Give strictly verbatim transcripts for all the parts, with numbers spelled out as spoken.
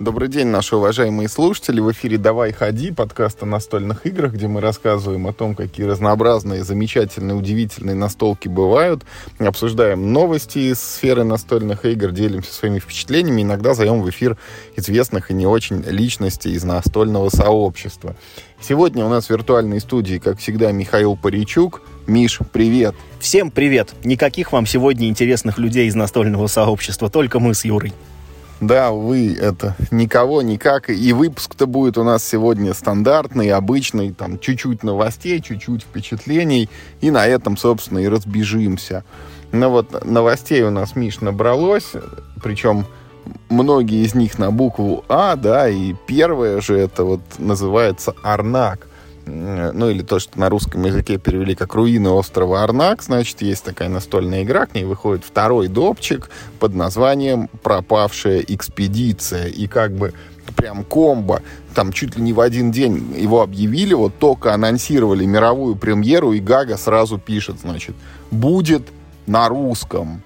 Добрый день, наши уважаемые слушатели. В эфире «Давай, ходи», подкаст о настольных играх, где мы рассказываем о том, какие разнообразные, замечательные, удивительные настолки бывают. Обсуждаем новости из сферы настольных игр, делимся своими впечатлениями. Иногда зовем в эфир известных и не очень личностей из настольного сообщества. Сегодня у нас в виртуальной студии, как всегда, Михаил Паричук. Миш, привет. Всем привет. Никаких вам сегодня интересных людей из настольного сообщества, только мы с Юрой. Да, увы, это никого, никак. И выпуск-то будет у нас сегодня стандартный, обычный, там чуть-чуть новостей, чуть-чуть впечатлений. И на этом, собственно, и разбежимся. Но вот новостей у нас, Миш, набралось. Причем многие из них на букву А, да, и первое же это вот называется Арнак. Ну, или то, что на русском языке перевели как «Руины острова Арнак». Значит, есть такая настольная игра, к ней выходит второй допчик под названием «Пропавшая экспедиция». И как бы прям комбо. Там чуть ли не в один день его объявили, вот только анонсировали мировую премьеру, и Гага сразу пишет, значит, «Будет на русском».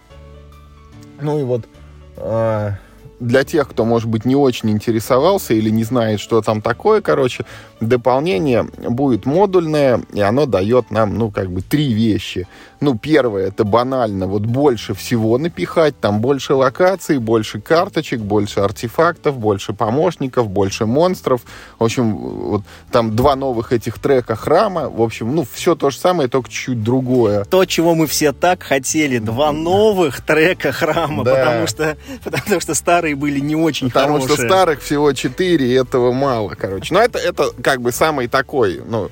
Ну и вот... Э- Для тех, кто, может быть, не очень интересовался или не знает, что там такое, короче, дополнение будет модульное, и оно дает нам, ну, как бы, три вещи. Ну, первое, это банально, вот больше всего напихать, там больше локаций, больше карточек, больше артефактов, больше помощников, больше монстров. В общем, вот там два новых этих трека храма, в общем, ну, все то же самое, только чуть-чуть другое. То, чего мы все так хотели, два новых трека храма, да. потому что, потому что старые были не очень Потому хорошие. что старых всего четыре, и этого мало, короче. Но это, это как бы самый такой, ну,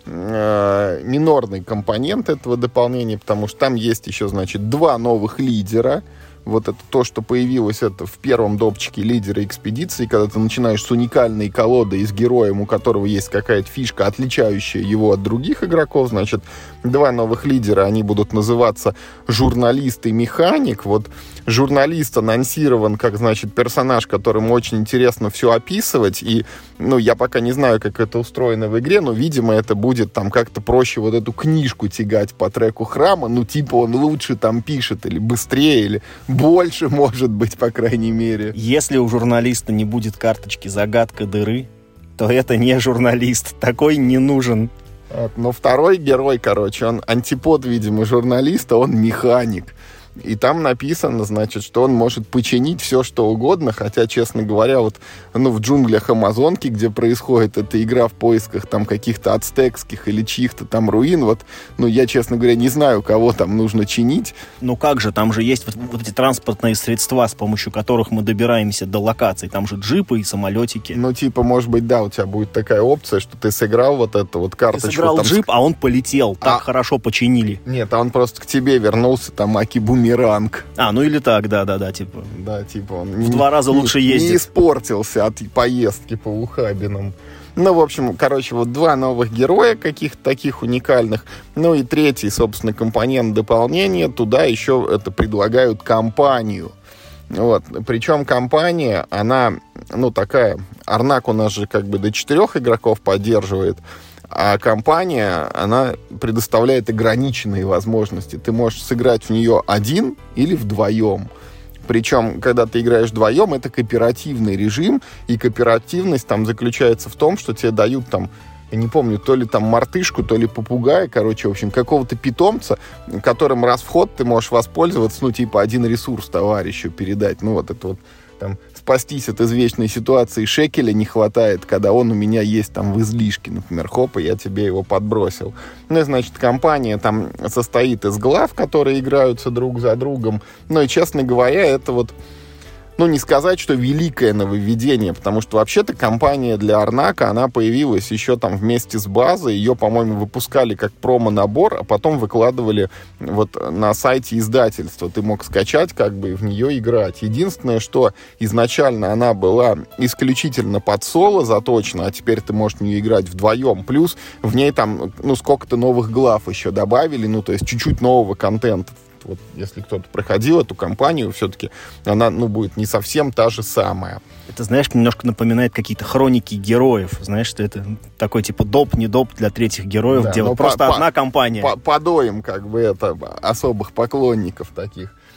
э, минорный компонент этого дополнения, потому что там есть еще, значит, два новых лидера. Вот это то, что появилось это в первом допчике лидера экспедиции, когда ты начинаешь с уникальной колодой и с героем, у которого есть какая-то фишка, отличающая его от других игроков. Значит, два новых лидера, они будут называться журналист и механик. Вот журналист анонсирован как, значит, персонаж, которому очень интересно все описывать. И, ну, я пока не знаю, как это устроено в игре, но, видимо, это будет там как-то проще вот эту книжку тягать по треку храма. Ну, типа он лучше там пишет или быстрее, или больше, может быть, по крайней мере. Если у журналиста не будет карточки «Загадка дыры», то это не журналист. Такой не нужен. Вот. Но второй герой, короче, он антипод, видимо, журналиста, он механик. И там написано, значит, что он может починить все, что угодно, хотя, честно говоря, вот, ну, в джунглях Амазонки, где происходит эта игра в поисках там каких-то ацтекских или чьих-то там руин, вот, ну, я, честно говоря, не знаю, кого там нужно чинить. Ну как же, там же есть вот, вот эти транспортные средства, с помощью которых мы добираемся до локаций, там же джипы и самолетики. Ну, типа, может быть, да, у тебя будет такая опция, что ты сыграл вот эту вот карточку. Ты сыграл там... джип, а он полетел, так а... хорошо починили. Нет, а он просто к тебе вернулся, там, аки-бумеранг. А, ну или так, да-да-да, типа. Да, типа он... В не, два раза лучше не, ездит. Не испортился от поездки по ухабинам. Ну, в общем, короче, вот два новых героя каких-то таких уникальных. Ну и третий, собственно, компонент дополнения. Туда еще это предлагают кампанию. Вот. Причем компания, она, ну, такая... Арнак у нас же как бы до четырех игроков поддерживает. А компания, она предоставляет ограниченные возможности. Ты можешь сыграть в нее один или вдвоем. Причем, когда ты играешь вдвоем, это кооперативный режим, и кооперативность там заключается в том, что тебе дают там, я не помню, то ли там мартышку, то ли попугая, короче, в общем, какого-то питомца, которым раз в ход ты можешь воспользоваться, ну, типа, один ресурс товарищу передать. Ну, вот это вот там спастись от извечной ситуации шекеля не хватает, когда он у меня есть там в излишке, например, хоп, и я тебе его подбросил. Ну, и, значит, компания там состоит из глав, которые играются друг за другом. Ну, и, честно говоря, это вот, ну, не сказать, что великое нововведение, потому что вообще-то компания для Арнака, она появилась еще там вместе с базой, ее, по-моему, выпускали как промо-набор, а потом выкладывали вот на сайте издательства. Ты мог скачать как бы и в нее играть. Единственное, что изначально она была исключительно под соло заточена, а теперь ты можешь в нее играть вдвоем, плюс в ней там, ну, сколько-то новых глав еще добавили, ну, то есть чуть-чуть нового контента. Вот если кто-то проходил эту кампанию, все-таки она, ну, будет не совсем та же самая. Это, знаешь, немножко напоминает какие-то хроники героев. Знаешь, что это такой типа доп, не доп для третьих героев, да, где вот просто по, одна кампания. По, подоем, как бы, это особых поклонников таких.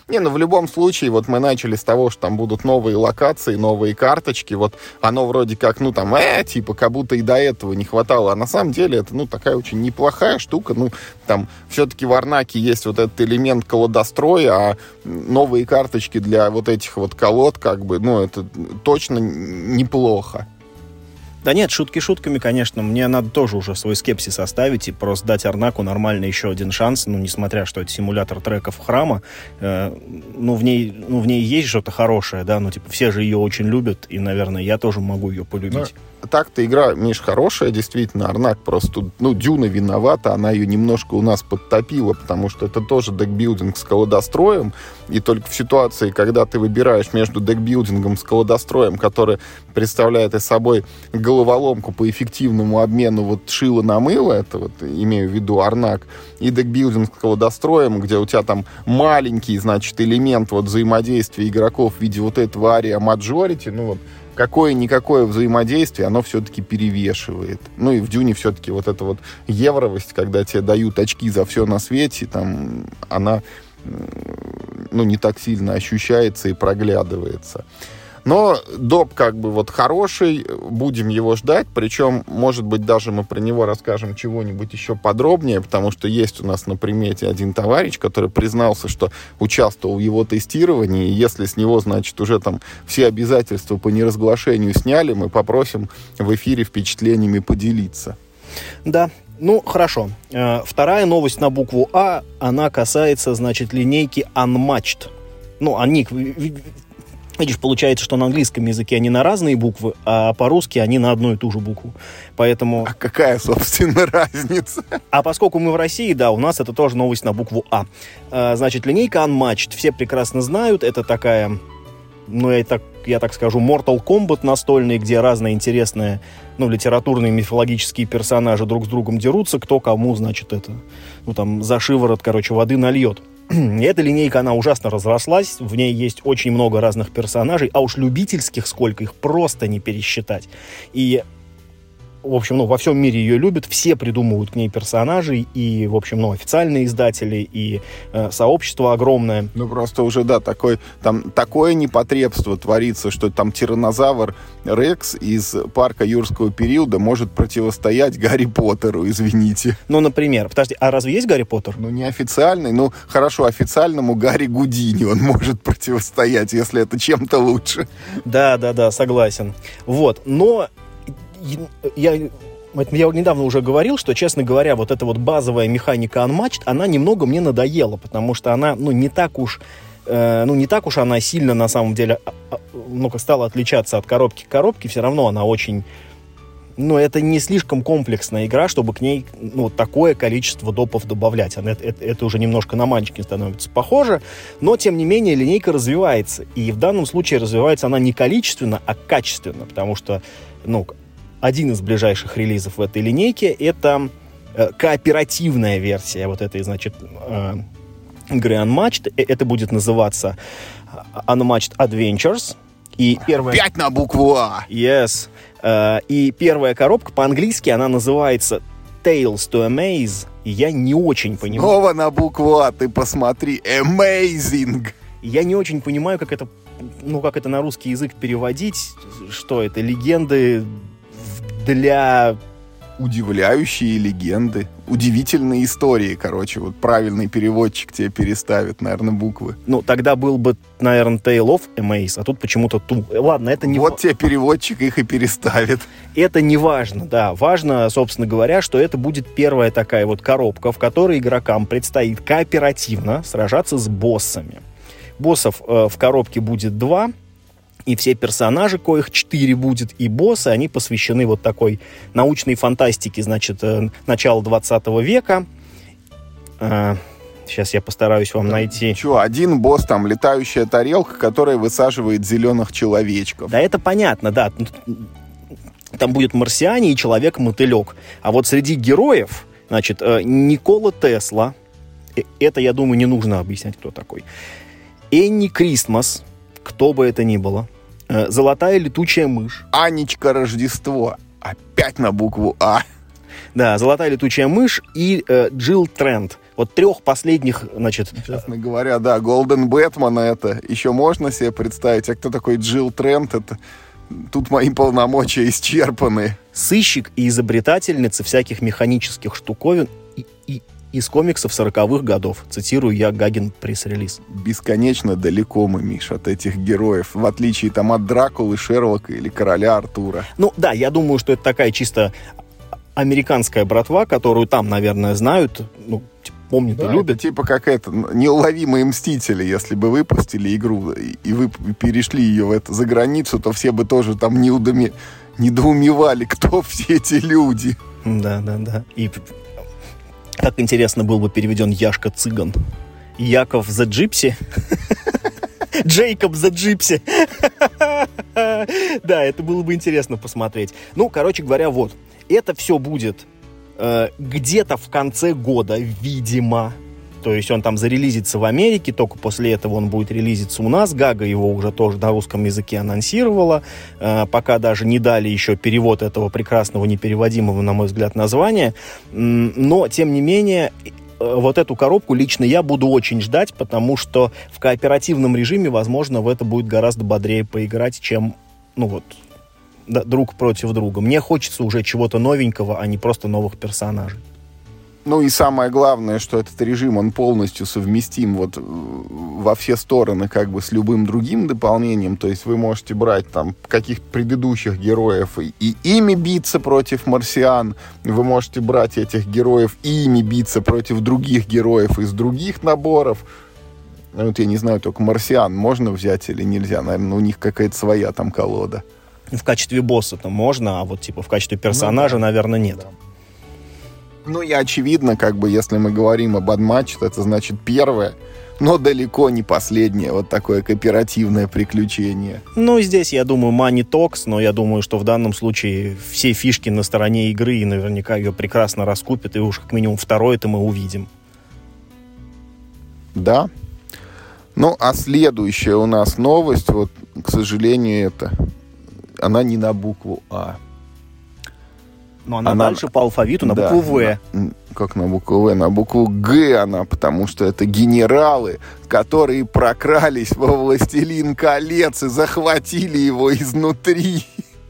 Не, ну в любом случае, вот мы начали с того, что там будут новые локации, новые карточки, вот оно вроде как, ну там, э, типа, как будто и до этого не хватало, а на самом деле это, ну, такая очень неплохая штука, ну, там, все-таки в Арнаке есть вот этот элемент колодостроя, а новые карточки для вот этих вот колод, как бы, ну, это точно неплохо. Да нет, шутки шутками, конечно. Мне надо тоже уже свой скепсис оставить и просто дать Арнаку нормально еще один шанс. Ну, несмотря, что это симулятор треков храма, э, ну, в ней, ну, в ней есть что-то хорошее, да, ну, типа, все же ее очень любят, и, наверное, я тоже могу ее полюбить. Но так-то игра, Миш, хорошая, действительно. Арнак просто, ну, Дюна виновата, она ее немножко у нас подтопила, потому что это тоже декбилдинг с колодостроем, и только в ситуации, когда ты выбираешь между декбилдингом с колодостроем, который представляет из собой головоломку по эффективному обмену вот шило на мыло, это вот имею в виду Арнак, и декбилдинг с колодостроем, где у тебя там маленький, значит, элемент вот взаимодействия игроков в виде вот этого ария маджорити, ну вот какое-никакое взаимодействие, оно все-таки перевешивает. Ну и в Дюне все-таки вот эта вот евровость, когда тебе дают очки за все на свете, там она, ну, не так сильно ощущается и проглядывается. Но доп как бы вот хороший, будем его ждать, причем, может быть, даже мы про него расскажем чего-нибудь еще подробнее, потому что есть у нас на примете один товарищ, который признался, что участвовал в его тестировании, и если с него, значит, уже там все обязательства по неразглашению сняли, мы попросим в эфире впечатлениями поделиться. Да, ну, хорошо. Вторая новость на букву А, она касается, значит, линейки Unmatched. Ну, они... Видишь, получается, что на английском языке они на разные буквы, а по-русски они на одну и ту же букву. Поэтому... А какая, собственно, разница? А поскольку мы в России, да, у нас это тоже новость на букву А. а значит, линейка Unmatched. Все прекрасно знают. Это такая, ну, я так, я так скажу, Mortal Kombat настольный, где разные интересные, ну, литературные, мифологические персонажи друг с другом дерутся. Кто кому, значит, это, ну, там, за шиворот, короче, воды нальет. И эта линейка, она ужасно разрослась, в ней есть очень много разных персонажей, а уж любительских сколько, их просто не пересчитать. И, в общем, ну, во всем мире ее любят, все придумывают к ней персонажей, и, в общем, ну, официальные издатели, и э, сообщество огромное. Ну, просто уже, да, такой, там, такое непотребство творится, что там тираннозавр Рекс из парка юрского периода может противостоять Гарри Поттеру, извините. Ну, например, подожди, а разве есть Гарри Поттер? Ну, не официальный, ну, хорошо, официальному Гарри Гудини он может противостоять, если это чем-то лучше. Да, да, да, согласен. Вот, но... Я, я недавно уже говорил, что, честно говоря, вот эта вот базовая механика Unmatched, она немного мне надоела, потому что она, ну, не так уж, э, ну, не так уж она сильно, на самом деле, ну-ка, стала отличаться от коробки к коробке, все равно она очень, ну, это не слишком комплексная игра, чтобы к ней, ну, такое количество допов добавлять. Она, это, это уже немножко на Манчкин становится похоже, но, тем не менее, линейка развивается, и в данном случае развивается она не количественно, а качественно, потому что, ну, один из ближайших релизов в этой линейке — это э, кооперативная версия вот этой, значит, э, игры Unmatched. Это будет называться Unmatched Adventures. И первая... Опять на букву А! Yes. Э, и первая коробка по-английски, она называется Tales to Amaze. И я не очень понимаю... Снова на букву А, ты посмотри. Amazing! Я не очень понимаю, как это, ну, как это на русский язык переводить. Что это? Легенды... для... Удивляющие легенды. Удивительные истории, короче. Вот правильный переводчик тебе переставит, наверное, буквы. Ну, тогда был бы, наверное, Tale of Amaze, а тут почему-то Ту. Ладно, это не... Вот тебе переводчик их и переставит. Это не важно, да. Важно, собственно говоря, что это будет первая такая вот коробка, в которой игрокам предстоит кооперативно сражаться с боссами. Боссов э, в коробке будет два. И все персонажи, коих четыре будет, и боссы, они посвящены вот такой научной фантастике, значит, э, начала двадцатого века. Э, сейчас я постараюсь вам найти. Че, один босс, там, летающая тарелка, которая высаживает зеленых человечков. Да, это понятно, да. Там будет марсиане и человек-мотылек. А вот среди героев, значит, э, Никола Тесла, э, это, я думаю, не нужно объяснять, кто такой. Энни Кристмас, кто бы это ни было. Золотая летучая мышь. Анечка Рождество. Опять на букву А. Да, золотая летучая мышь и э, Джилл Трент. Вот трех последних, значит... Честно говоря, да, Голден Бэтмена это еще можно себе представить. А кто такой Джилл Трент, это... Тут мои полномочия исчерпаны. Сыщик и изобретательница всяких механических штуковин и, и, из комиксов сороковых годов. Цитирую я Гагин пресс-релиз. Бесконечно далеко мы, Миш, от этих героев. В отличие там от Дракулы, Шерлока или Короля Артура. Ну да, я думаю, что это такая чисто американская братва, которую там, наверное, знают, ну, помнят да, и любят. Это типа как это, неуловимые мстители, если бы выпустили игру, и, и вы перешли ее в это, за границу, то все бы тоже там неудоме, недоумевали, кто все эти люди. Да, да, да. И как интересно был бы переведен Яшка Цыган. Яков за Джипси. Джейкоб за Джипси. Да, это было бы интересно посмотреть. Ну, короче говоря, вот. Это все будет э, где-то в конце года, видимо. То есть он там зарелизится в Америке, только после этого он будет релизиться у нас. Гага его уже тоже на русском языке анонсировала. Э, пока даже не дали еще перевод этого прекрасного, непереводимого, на мой взгляд, названия. Но, тем не менее... Вот эту коробку лично я буду очень ждать, потому что в кооперативном режиме, возможно, в это будет гораздо бодрее поиграть, чем, ну вот, да, друг против друга. Мне хочется уже чего-то новенького, а не просто новых персонажей. Ну и самое главное, что этот режим, он полностью совместим вот во все стороны как бы с любым другим дополнением. То есть вы можете брать там каких-то предыдущих героев и, и ими биться против марсиан. Вы можете брать этих героев и ими биться против других героев из других наборов. Ну, вот я не знаю, только марсиан можно взять или нельзя. Наверное, у них какая-то своя там колода. В качестве босса-то можно, а вот типа в качестве персонажа, ну, да, наверное, нет. Да. Ну и очевидно, как бы, если мы говорим об Unmatched, это значит первое, но далеко не последнее вот такое кооперативное приключение. Ну, здесь, я думаю, Money Talks, но я думаю, что в данном случае все фишки на стороне игры, и наверняка ее прекрасно раскупят, и уж как минимум второе это мы увидим. Да. Ну, а следующая у нас новость, вот, к сожалению, это, она не на букву А. Но она, она дальше по алфавиту на да, букву В. На, как на букву В? На букву Г она, потому что это генералы, которые прокрались во «Властелин колец» и захватили его изнутри.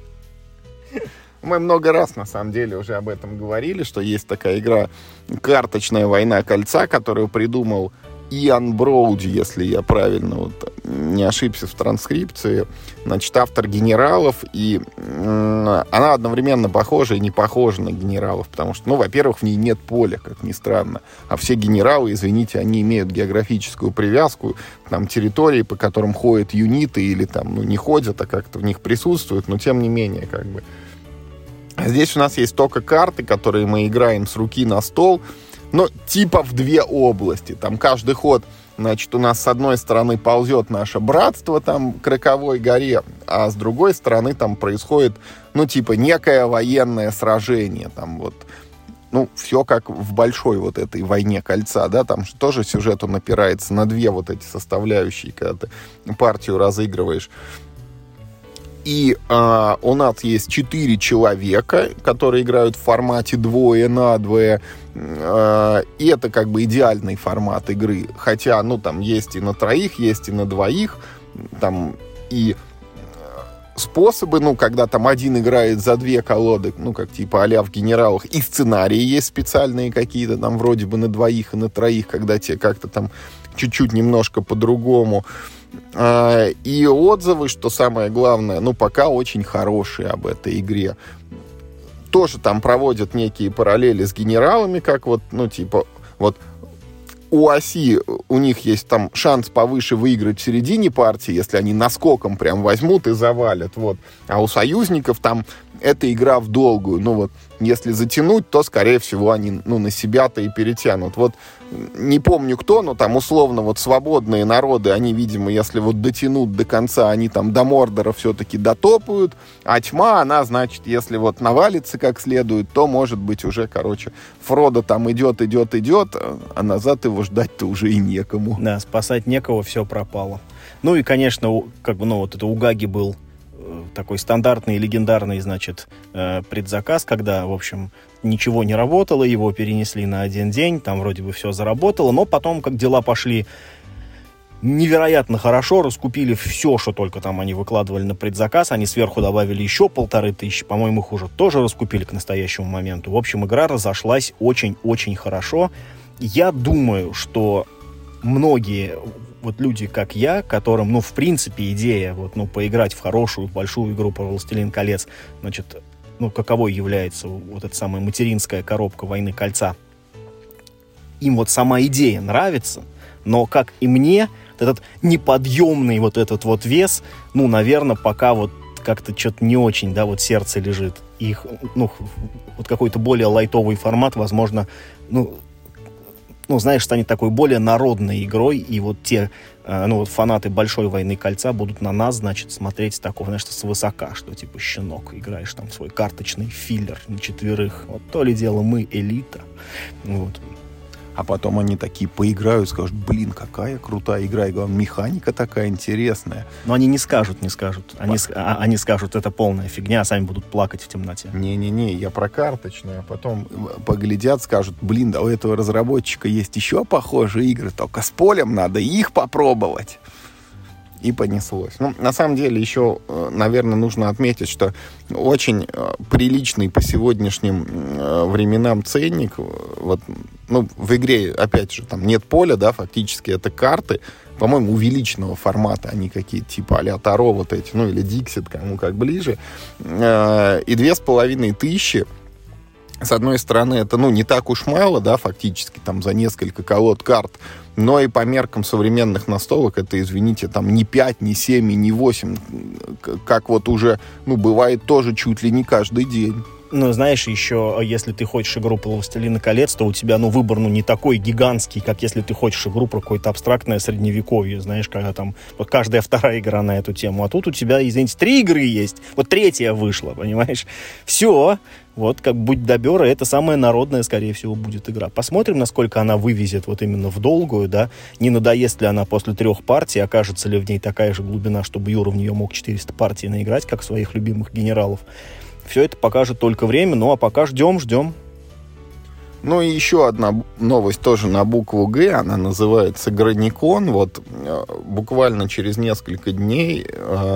Мы много раз, на самом деле, уже об этом говорили, что есть такая игра «Карточная война кольца», которую придумал Иан Броуди, если я правильно вот, не ошибся в транскрипции. Значит, автор генералов, и э, она одновременно похожа и не похожа на генералов, потому что, ну, во-первых, в ней нет поля, как ни странно, а все генералы, извините, они имеют географическую привязку, там, территории, по которым ходят юниты, или там, ну, не ходят, а как-то в них присутствуют, но тем не менее, как бы. А здесь у нас есть только карты, которые мы играем с руки на стол, но типа в две области. Там каждый ход, значит, у нас с одной стороны ползет наше братство там к Роковой горе, а с другой стороны там происходит, ну, типа некое военное сражение. Там вот, ну, все как в большой вот этой войне кольца, да, там тоже сюжет, он опирается на две вот эти составляющие, когда ты партию разыгрываешь. И э, у нас есть четыре человека, которые играют в формате двое на двое. Э, и это как бы идеальный формат игры. Хотя, ну, там есть и на троих, есть и на двоих. Там и способы, ну, когда там один играет за две колоды, ну, как типа а-ля в генералах. И сценарии есть специальные какие-то, там, вроде бы на двоих и на троих, когда тебе как-то там чуть-чуть немножко по-другому. И отзывы, что самое главное, ну, пока очень хорошие об этой игре. Тоже там проводят некие параллели с генералами, как вот, ну, типа, вот у оси у них есть там шанс повыше выиграть в середине партии, если они наскоком прям возьмут и завалят, вот. А у союзников там эта игра в долгую. Ну, вот, если затянуть, то, скорее всего, они, ну, на себя-то и перетянут. Вот, не помню кто, но там, условно, вот, свободные народы, они, видимо, если вот дотянут до конца, они там до Мордора все-таки дотопают, а тьма, она, значит, если вот навалится как следует, то, может быть, уже, короче, Фродо там идет, идет, идет, а назад его ждать-то уже и некому. Да, спасать некого, все пропало. Ну, и, конечно, как бы, ну, вот это у Гаги был такой стандартный, легендарный, значит, предзаказ, когда, в общем, ничего не работало, его перенесли на один день, там вроде бы все заработало, но потом, как дела пошли невероятно хорошо, раскупили все, что только там они выкладывали на предзаказ, они сверху добавили еще полторы тысячи, по-моему, их уже тоже раскупили к настоящему моменту. В общем, игра разошлась очень-очень хорошо. Я думаю, что многие вот люди, как я, которым, ну, в принципе, идея вот, ну, поиграть в хорошую, большую игру по «Властелин колец», значит, ну, каковой является вот эта самая материнская коробка «Войны кольца», им вот сама идея нравится, но, как и мне, этот неподъемный вот этот вот вес, ну, наверное, пока вот как-то что-то не очень, да, вот сердце лежит. Их, ну, вот какой-то более лайтовый формат, возможно, ну, ну, знаешь, станет такой более народной игрой, и вот те, э, ну, вот фанаты большой «Войны кольца» будут на нас, значит, смотреть с такого, знаешь, свысока, что, типа, щенок, играешь там в свой карточный филлер на четверых. Вот то ли дело мы, элита. Вот. А потом они такие поиграют, скажут, блин, какая крутая игра, и главное, механика такая интересная. Но они не скажут, не скажут. Они, а, они скажут, это полная фигня, а сами будут плакать в темноте. Не-не-не, я про карточную, а потом поглядят, скажут, блин, да у этого разработчика есть еще похожие игры, только с полем надо их попробовать. И понеслось. Ну, на самом деле, еще, наверное, нужно отметить, что очень приличный по сегодняшним временам ценник. Вот, ну, в игре, опять же, там нет поля, да, фактически это карты, по-моему, увеличенного формата, они какие-то типа а-ля Таро вот эти, ну, или Dixit, кому как ближе. И две с половиной тысячи. С одной стороны, это, ну, не так уж мало, да, фактически, там, за несколько колод карт, но и по меркам современных настолок это, извините, там, не пять, не семь и не восемь, как вот уже, ну, бывает тоже чуть ли не каждый день. Ну, знаешь, еще, если ты хочешь игру по «Властелину колец», то у тебя, ну, выбор, ну, не такой гигантский, как если ты хочешь игру про какое-то абстрактное средневековье, знаешь, когда там вот каждая вторая игра на эту тему. А тут у тебя, извините, три игры есть, вот третья вышла, понимаешь? Все, вот, как будь добера, это самая народная, скорее всего, будет игра. Посмотрим, насколько она вывезет вот именно в долгую, да, не надоест ли она после трех партий, окажется ли в ней такая же глубина, чтобы Юра в нее мог четыреста партий наиграть, как своих любимых генералов. Все это покажет только время, ну а пока ждем, ждем. Ну и еще одна новость тоже на букву «Г», она называется «Граникон». Вот буквально через несколько дней,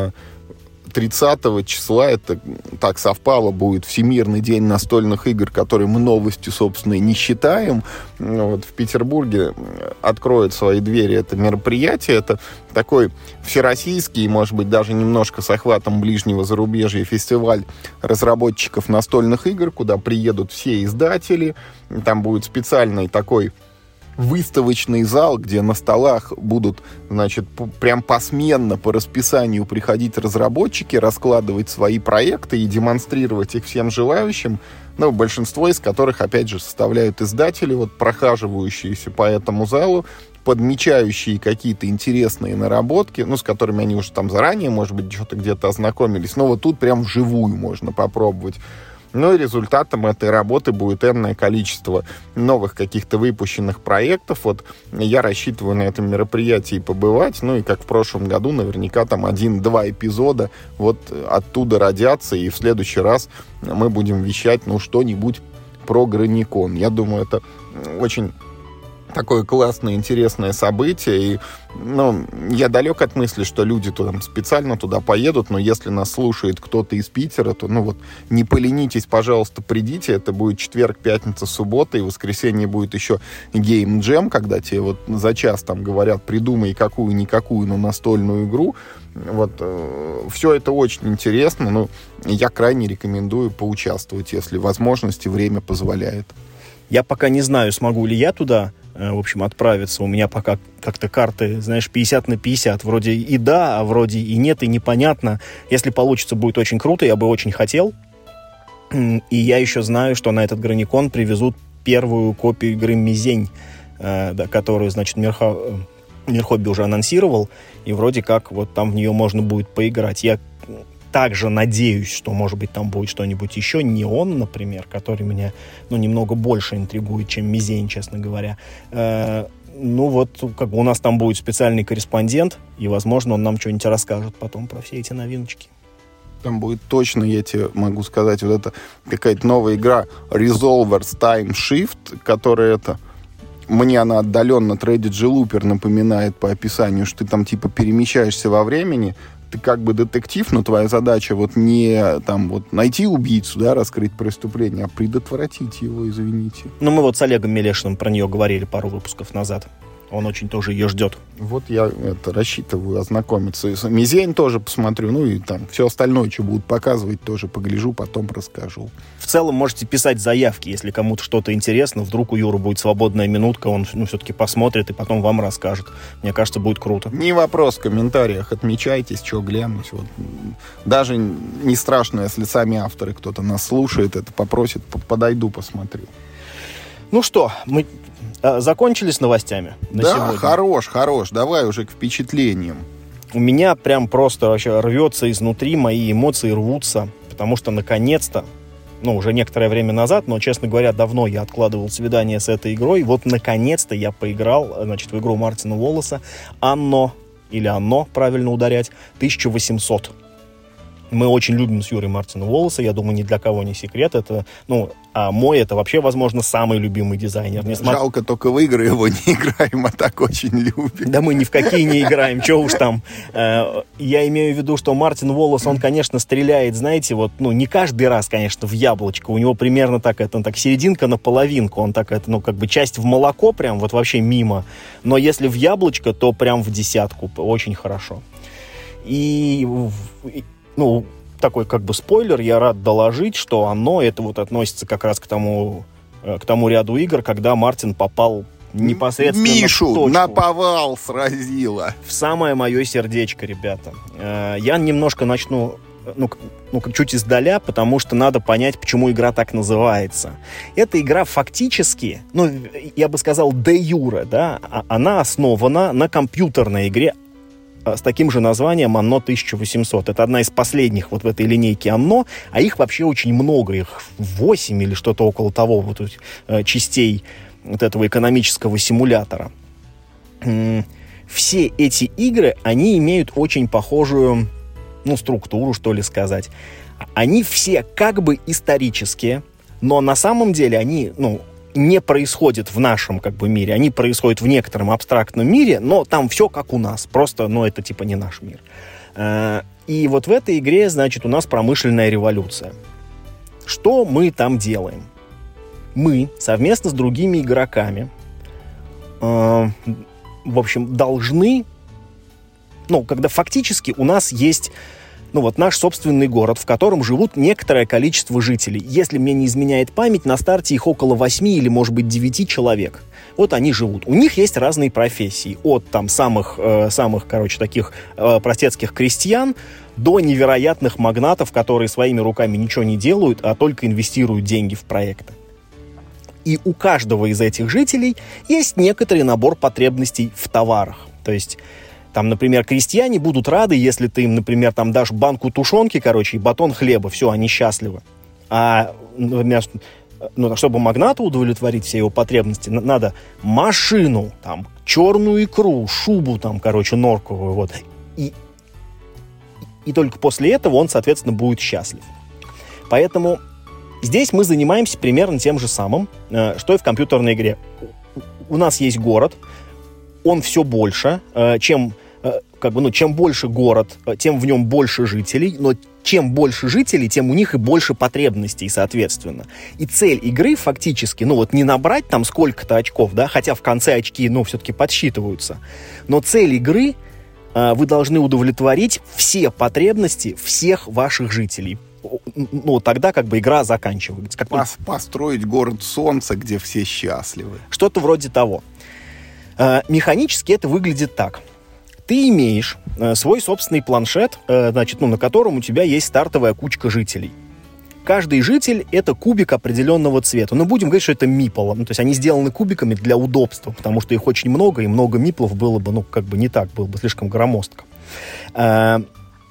тридцатого числа, это так совпало, будет Всемирный день настольных игр, который мы новостью, собственно, и не считаем. Вот в Петербурге откроет свои двери это мероприятие. Это такой всероссийский, может быть, даже немножко с охватом ближнего зарубежья фестиваль разработчиков настольных игр, куда приедут все издатели. Там будет специальный такой выставочный зал, где на столах будут, значит, прям посменно по расписанию приходить разработчики, раскладывать свои проекты и демонстрировать их всем желающим, ну, большинство из которых, опять же, составляют издатели, вот, прохаживающиеся по этому залу, подмечающие какие-то интересные наработки, ну, с которыми они уже там заранее, может быть, что-то где-то ознакомились, но вот тут прям вживую можно попробовать. Ну и результатом этой работы будет энное количество новых каких-то выпущенных проектов. Вот я рассчитываю на этом мероприятии побывать. Ну и как в прошлом году, наверняка там один-два эпизода вот оттуда родятся. И в следующий раз мы будем вещать, ну, что-нибудь про Граникон. Я думаю, это очень такое классное, интересное событие. И, ну, я далек от мысли, что люди туда, специально туда поедут, но если нас слушает кто-то из Питера, то, ну вот, не поленитесь, пожалуйста, придите. Это будет четверг, пятница, суббота, и в воскресенье будет еще Game Jam, когда тебе вот за час там говорят, придумай какую-никакую, но настольную игру. Вот, э, все это очень интересно, но я крайне рекомендую поучаствовать, если возможности, время позволяет. Я пока не знаю, смогу ли я туда, в общем, отправиться. У меня пока как-то карты, знаешь, пятьдесят на пятьдесят. Вроде и да, а вроде и нет, и непонятно. Если получится, будет очень круто, я бы очень хотел. И я еще знаю, что на этот Граникон привезут первую копию игры «Мизень», да, которую, значит, Мирха... Мирхобби уже анонсировал. И вроде как вот там в нее можно будет поиграть. Я также надеюсь, что, может быть, там будет что-нибудь еще. Неон, например, который меня, ну, немного больше интригует, чем Мизень, честно говоря. Э, ну, вот, как бы у нас там будет специальный корреспондент, и, возможно, он нам что-нибудь расскажет потом про все эти новиночки. Там будет точно, я тебе могу сказать, вот это какая-то новая игра Resolver's Time Shift, которая это... Мне она отдаленно Трейдиджи Лупер напоминает по описанию, что ты там типа перемещаешься во времени, ты как бы детектив, но твоя задача вот не там вот найти убийцу, да, раскрыть преступление, а предотвратить его, извините. Ну, мы вот с Олегом Мелешиным про нее говорили пару выпусков назад. Он очень тоже ее ждет. Вот я это рассчитываю ознакомиться. Мизень тоже посмотрю, ну и там все остальное, что будут показывать, тоже погляжу, потом расскажу. В целом можете писать заявки, если кому-то что-то интересно. Вдруг у Юры будет свободная минутка, он ну, все-таки посмотрит и потом вам расскажет. Мне кажется, будет круто. Не вопрос, в комментариях отмечайтесь, что глянуть. Вот. Даже не страшно, если сами авторы, кто-то нас слушает, это попросит, подойду, посмотрю. Ну что, мы... закончили с новостями на да, сегодня? хорош, хорош. Давай уже к впечатлениям. У меня прям просто вообще рвется изнутри, мои эмоции рвутся, потому что наконец-то, ну, уже некоторое время назад, но, честно говоря, давно я откладывал свидание с этой игрой. Вот, наконец-то я поиграл, значит, в игру Мартина Уоллеса «Анно», или «Анно», правильно ударять, тысяча восемьсот. Мы очень любим с Юрой Мартина Уоллеса, я думаю, ни для кого не секрет. Это, ну, а мой это вообще, возможно, самый любимый дизайнер. Несмотря... Жалко, только в игры его не играем, а так очень любим. Да мы ни в какие не играем, что уж там. Я имею в виду, что Мартин Уоллес, он, конечно, стреляет, знаете, вот, ну, не каждый раз, конечно, в яблочко. У него примерно так, это, так, серединка на половинку. Он так, это, ну, как бы часть в молоко прям, вот вообще мимо. Но если в яблочко, то прям в десятку. Очень хорошо. И... Ну, такой как бы спойлер, я рад доложить, что оно, это вот относится как раз к тому, к тому ряду игр, когда Мартин попал непосредственно Мишу в точку. наповал сразила. В самое мое сердечко, ребята. Я немножко начну, ну, ну, чуть издаля, потому что надо понять, почему игра так называется. Эта игра фактически, ну, я бы сказал, де юре, да, она основана на компьютерной игре с таким же названием «Анно тысяча восемьсот». Это одна из последних вот в этой линейке «Анно», а их вообще очень много, их восемь или что-то около того, вот, э, частей вот этого экономического симулятора. М-м, все эти игры, они имеют очень похожую, ну, структуру, что ли сказать. Они все как бы исторические, но на самом деле они, ну, не происходит в нашем как бы мире, они происходят в некотором абстрактном мире, но там все как у нас, просто, ну, это типа не наш мир. И вот в этой игре, значит, у нас промышленная революция. Что мы там делаем? Мы совместно с другими игроками, в общем, должны, ну, когда фактически у нас есть... Ну вот наш собственный город, в котором живут некоторое количество жителей. Если мне не изменяет память, на старте их около восьми или, может быть, девяти человек. Вот они живут. У них есть разные профессии. От там самых, э, самых короче, таких э, простецких крестьян до невероятных магнатов, которые своими руками ничего не делают, а только инвестируют деньги в проекты. И у каждого из этих жителей есть некоторый набор потребностей в товарах. То есть... Там, например, крестьяне будут рады, если ты им, например, там дашь банку тушенки, короче, и батон хлеба. Все, они счастливы. А, например, ну, чтобы магнату удовлетворить все его потребности, надо машину, там, черную икру, шубу, там, короче, норковую, вот. И, и только после этого он, соответственно, будет счастлив. Поэтому здесь мы занимаемся примерно тем же самым, что и в компьютерной игре. У нас есть город, он все больше, чем, как бы, ну, чем больше город, тем в нем больше жителей, но чем больше жителей, тем у них и больше потребностей, соответственно. И цель игры фактически, ну вот не набрать там сколько-то очков, да, хотя в конце очки, ну, все-таки подсчитываются, но цель игры, вы должны удовлетворить все потребности всех ваших жителей. Ну, тогда как бы игра заканчивается. Как Пос- построить город солнца, где все счастливы. Что-то вроде того. Механически это выглядит так. Ты имеешь свой собственный планшет, значит, ну, на котором у тебя есть стартовая кучка жителей. Каждый житель — это кубик определенного цвета. Но будем говорить, что это мипл. Ну, то есть они сделаны кубиками для удобства, потому что их очень много, и много миплов было бы, ну, как бы не так, было бы слишком громоздко. Но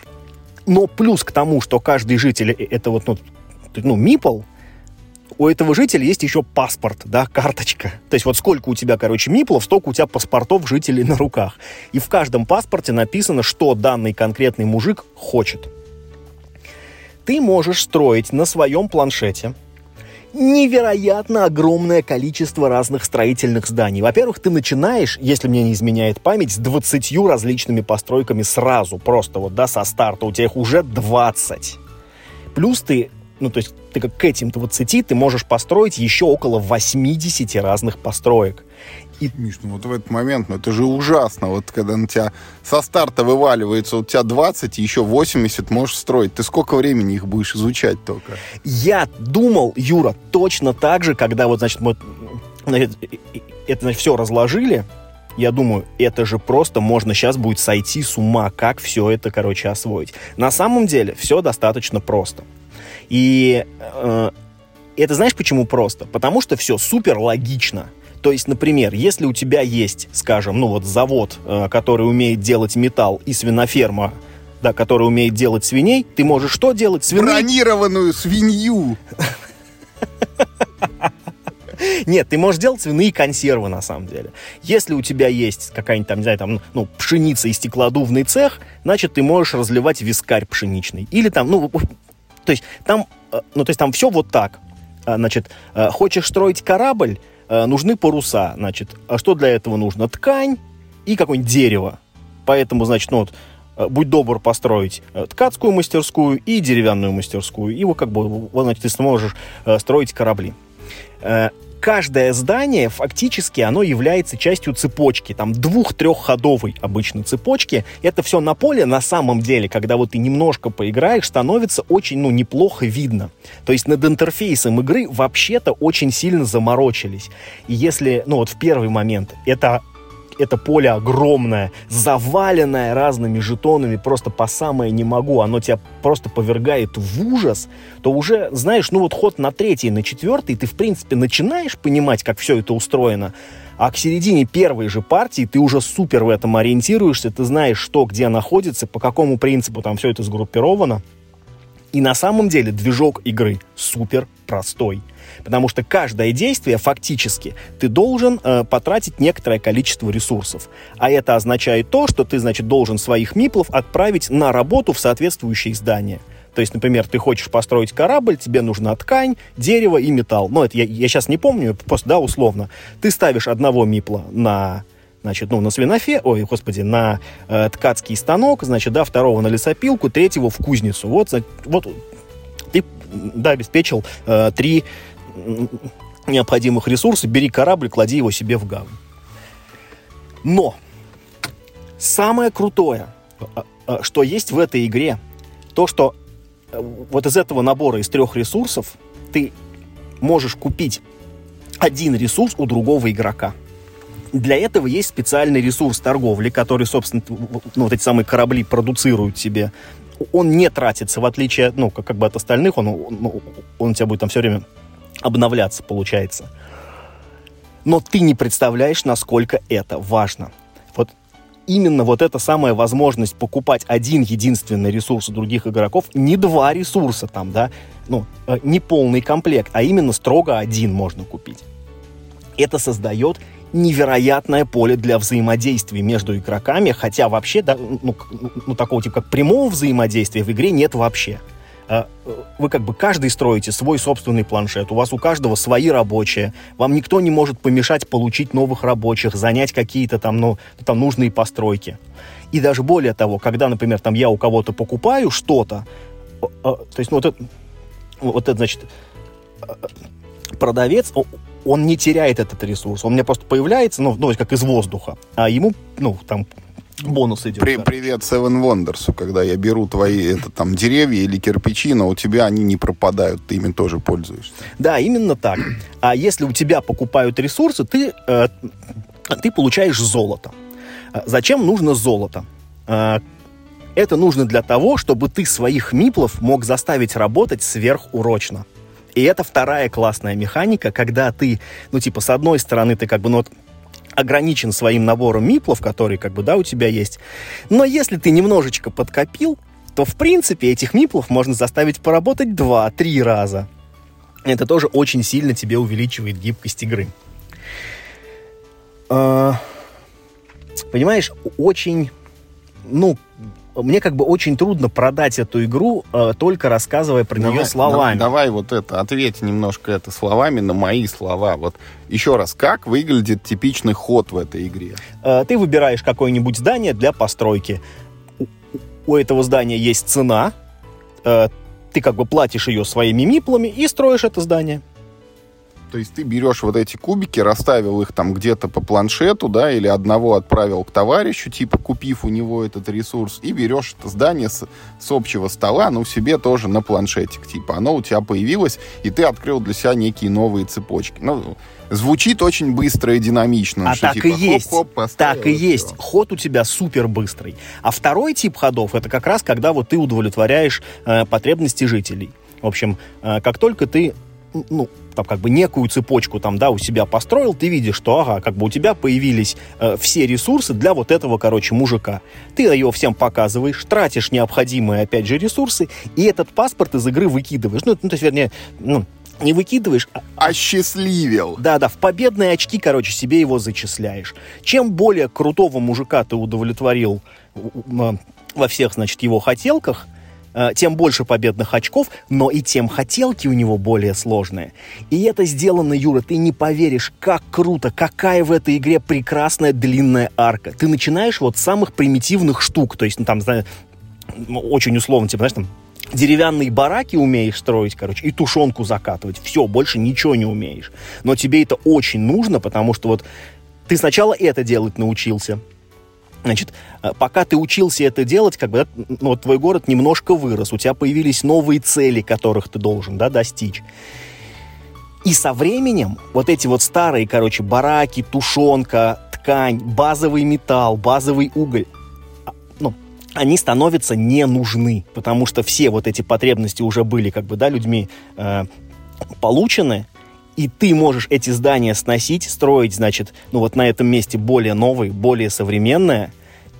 плюс к тому, что каждый житель — это вот, ну, ну мипл, у этого жителя есть еще паспорт, да, карточка. То есть вот сколько у тебя, короче, миплов, столько у тебя паспортов жителей на руках. И в каждом паспорте написано, что данный конкретный мужик хочет. ты можешь строить на своем планшете невероятно огромное количество разных строительных зданий. Во-первых, ты начинаешь, если мне не изменяет память, с двадцатью различными постройками сразу, просто вот, да, со старта. У тебя их уже двадцать. Плюс ты, ну, то есть ты как к этим двадцати ты можешь построить еще около восьмидесяти разных построек. И... Миш, ну вот в этот момент, ну это же ужасно. Вот когда на тебя со старта вываливается, у тебя двадцать, еще восемьдесят можешь строить. Ты сколько времени их будешь изучать только? Я думал, Юра, точно так же, когда вот, значит, мы значит, это, значит, все разложили, я думаю, это же просто можно сейчас будет сойти с ума, как все это, короче, освоить. На самом деле все достаточно просто. И э, это знаешь, почему просто? Потому что все супер логично. То есть, например, если у тебя есть, скажем, ну вот завод, э, который умеет делать металл, и свиноферма, да, которая умеет делать свиней, ты можешь что делать? Свиные... Бронированную свинью! Нет, ты можешь делать свиные консервы, на самом деле. Если у тебя есть какая-нибудь там, не знаю, там, ну, пшеница и стеклодувный цех, значит, ты можешь разливать вискарь пшеничный. Или там, ну, то есть там, ну, то есть там все вот так. Значит, хочешь строить корабль, нужны паруса, значит, а что для этого нужно? Ткань и какое-нибудь дерево. Поэтому, значит, ну вот, будь добр построить ткацкую мастерскую и деревянную мастерскую. И вот как бы, вот, значит, ты сможешь строить корабли. Каждое здание, фактически, оно является частью цепочки, там, двух-трехходовой обычно цепочки. Это все на поле, на самом деле, когда вот ты немножко поиграешь, становится очень, ну, неплохо видно. То есть над интерфейсом игры вообще-то очень сильно заморочились. И если, ну, вот в первый момент это... Это поле огромное, заваленное разными жетонами, просто по самое не могу, оно тебя просто повергает в ужас, то уже, знаешь, ну вот ход на третий, на четвертый, ты, в принципе, начинаешь понимать, как все это устроено, а к середине первой же партии ты уже супер в этом ориентируешься, ты знаешь, что где находится, по какому принципу там все это сгруппировано. И на самом деле движок игры супер простой. Потому что каждое действие фактически ты должен э, потратить некоторое количество ресурсов. А это означает то, что ты, значит, должен своих миплов отправить на работу в соответствующие здания. То есть, например, ты хочешь построить корабль, тебе нужна ткань, дерево и металл. Ну, это я, я сейчас не помню, просто, да, условно. Ты ставишь одного мипла на... Значит, ну, на свинофе, ой, господи, на э, ткацкий станок, значит, да, второго на лесопилку, третьего в кузницу. Вот, вот ты, да, обеспечил э, три необходимых ресурса, бери корабль, клади его себе в гавань. Но самое крутое, что есть в этой игре, то, что вот из этого набора из трех ресурсов ты можешь купить один ресурс у другого игрока. Для этого есть специальный ресурс торговли, который, собственно, ну, вот эти самые корабли продуцируют себе. Он не тратится, в отличие, ну, как, как бы от остальных, он, он, он у тебя будет там все время обновляться, получается. Но ты не представляешь, насколько это важно. Вот именно вот эта самая возможность покупать один единственный ресурс у других игроков, не два ресурса там, да, ну, не полный комплект, а именно строго один можно купить. Это создает невероятное поле для взаимодействия между игроками, хотя вообще, да, ну, ну, такого типа как прямого взаимодействия в игре нет вообще. Вы как бы каждый строите свой собственный планшет, у вас у каждого свои рабочие, вам никто не может помешать получить новых рабочих, занять какие-то там, ну, там нужные постройки. И даже более того, когда, например, там я у кого-то покупаю что-то, то есть, ну, вот это, вот это, значит, продавец, он не теряет этот ресурс, он у меня просто появляется, ну, ну как из воздуха, а ему, ну, там, бонус идет. При, привет Seven Wonders, когда я беру твои это, там, деревья или кирпичи, но у тебя они не пропадают, ты ими тоже пользуешься. Да, именно так. А если у тебя покупают ресурсы, ты, э, ты получаешь золото. Зачем нужно золото? Э, это нужно для того, чтобы ты своих миплов мог заставить работать сверхурочно. И это вторая классная механика, когда ты, ну, типа, с одной стороны, ты как бы, ну, вот, ограничен своим набором миплов, которые, как бы, да, у тебя есть. Но если ты немножечко подкопил, то, в принципе, этих миплов можно заставить поработать два-три раза. Это тоже очень сильно тебе увеличивает гибкость игры. А, понимаешь, очень, ну, мне как бы очень трудно продать эту игру, э, только рассказывая про давай, нее словами. Давай, давай вот это, ответь немножко это словами на мои слова. Вот еще раз, как выглядит типичный ход в этой игре? Э, ты выбираешь какое-нибудь здание для постройки. У, у этого здания есть цена, э, ты как бы платишь ее своими миплами и строишь это здание. То есть ты берешь вот эти кубики, расставил их там где-то по планшету, да, или одного отправил к товарищу, типа купив у него этот ресурс, и берешь это здание с, с общего стола, ну, себе тоже на планшетик, типа оно у тебя появилось, и ты открыл для себя некие новые цепочки. Ну, звучит очень быстро и динамично. А что, так типа, и есть. Хоп, хоп, так и все. есть. Ход у тебя супер быстрый. А второй тип ходов, это как раз когда вот ты удовлетворяешь э, потребности жителей. В общем, э, как только ты, ну, там как бы некую цепочку там, да, у себя построил, ты видишь, что, ага, как бы у тебя появились э, все ресурсы для вот этого, короче, мужика. Ты его всем показываешь, тратишь необходимые, опять же, ресурсы, и этот паспорт из игры выкидываешь. Ну, ну то есть, вернее, ну, не выкидываешь, а... Осчастливил. Да-да, в победные очки, короче, себе его зачисляешь. Чем более крутого мужика ты удовлетворил во всех, значит, его хотелках, тем больше победных очков, но и тем хотелки у него более сложные. И это сделано, Юра, ты не поверишь, как круто, какая в этой игре прекрасная длинная арка. Ты начинаешь вот с самых примитивных штук, то есть, ну, там, знаешь, очень условно, типа, знаешь, там, деревянные бараки умеешь строить, короче, и тушенку закатывать. Все, больше ничего не умеешь. Но тебе это очень нужно, потому что вот ты сначала это делать научился. Значит, пока ты учился это делать, как бы, да, ну, вот твой город немножко вырос, у тебя появились новые цели, которых ты должен, да, достичь. И со временем вот эти вот старые, короче, бараки, тушенка, ткань, базовый металл, базовый уголь, ну, они становятся не нужны, потому что все вот эти потребности уже были, как бы, да, людьми э, получены, и ты можешь эти здания сносить, строить, значит, ну вот на этом месте более новые, более современные,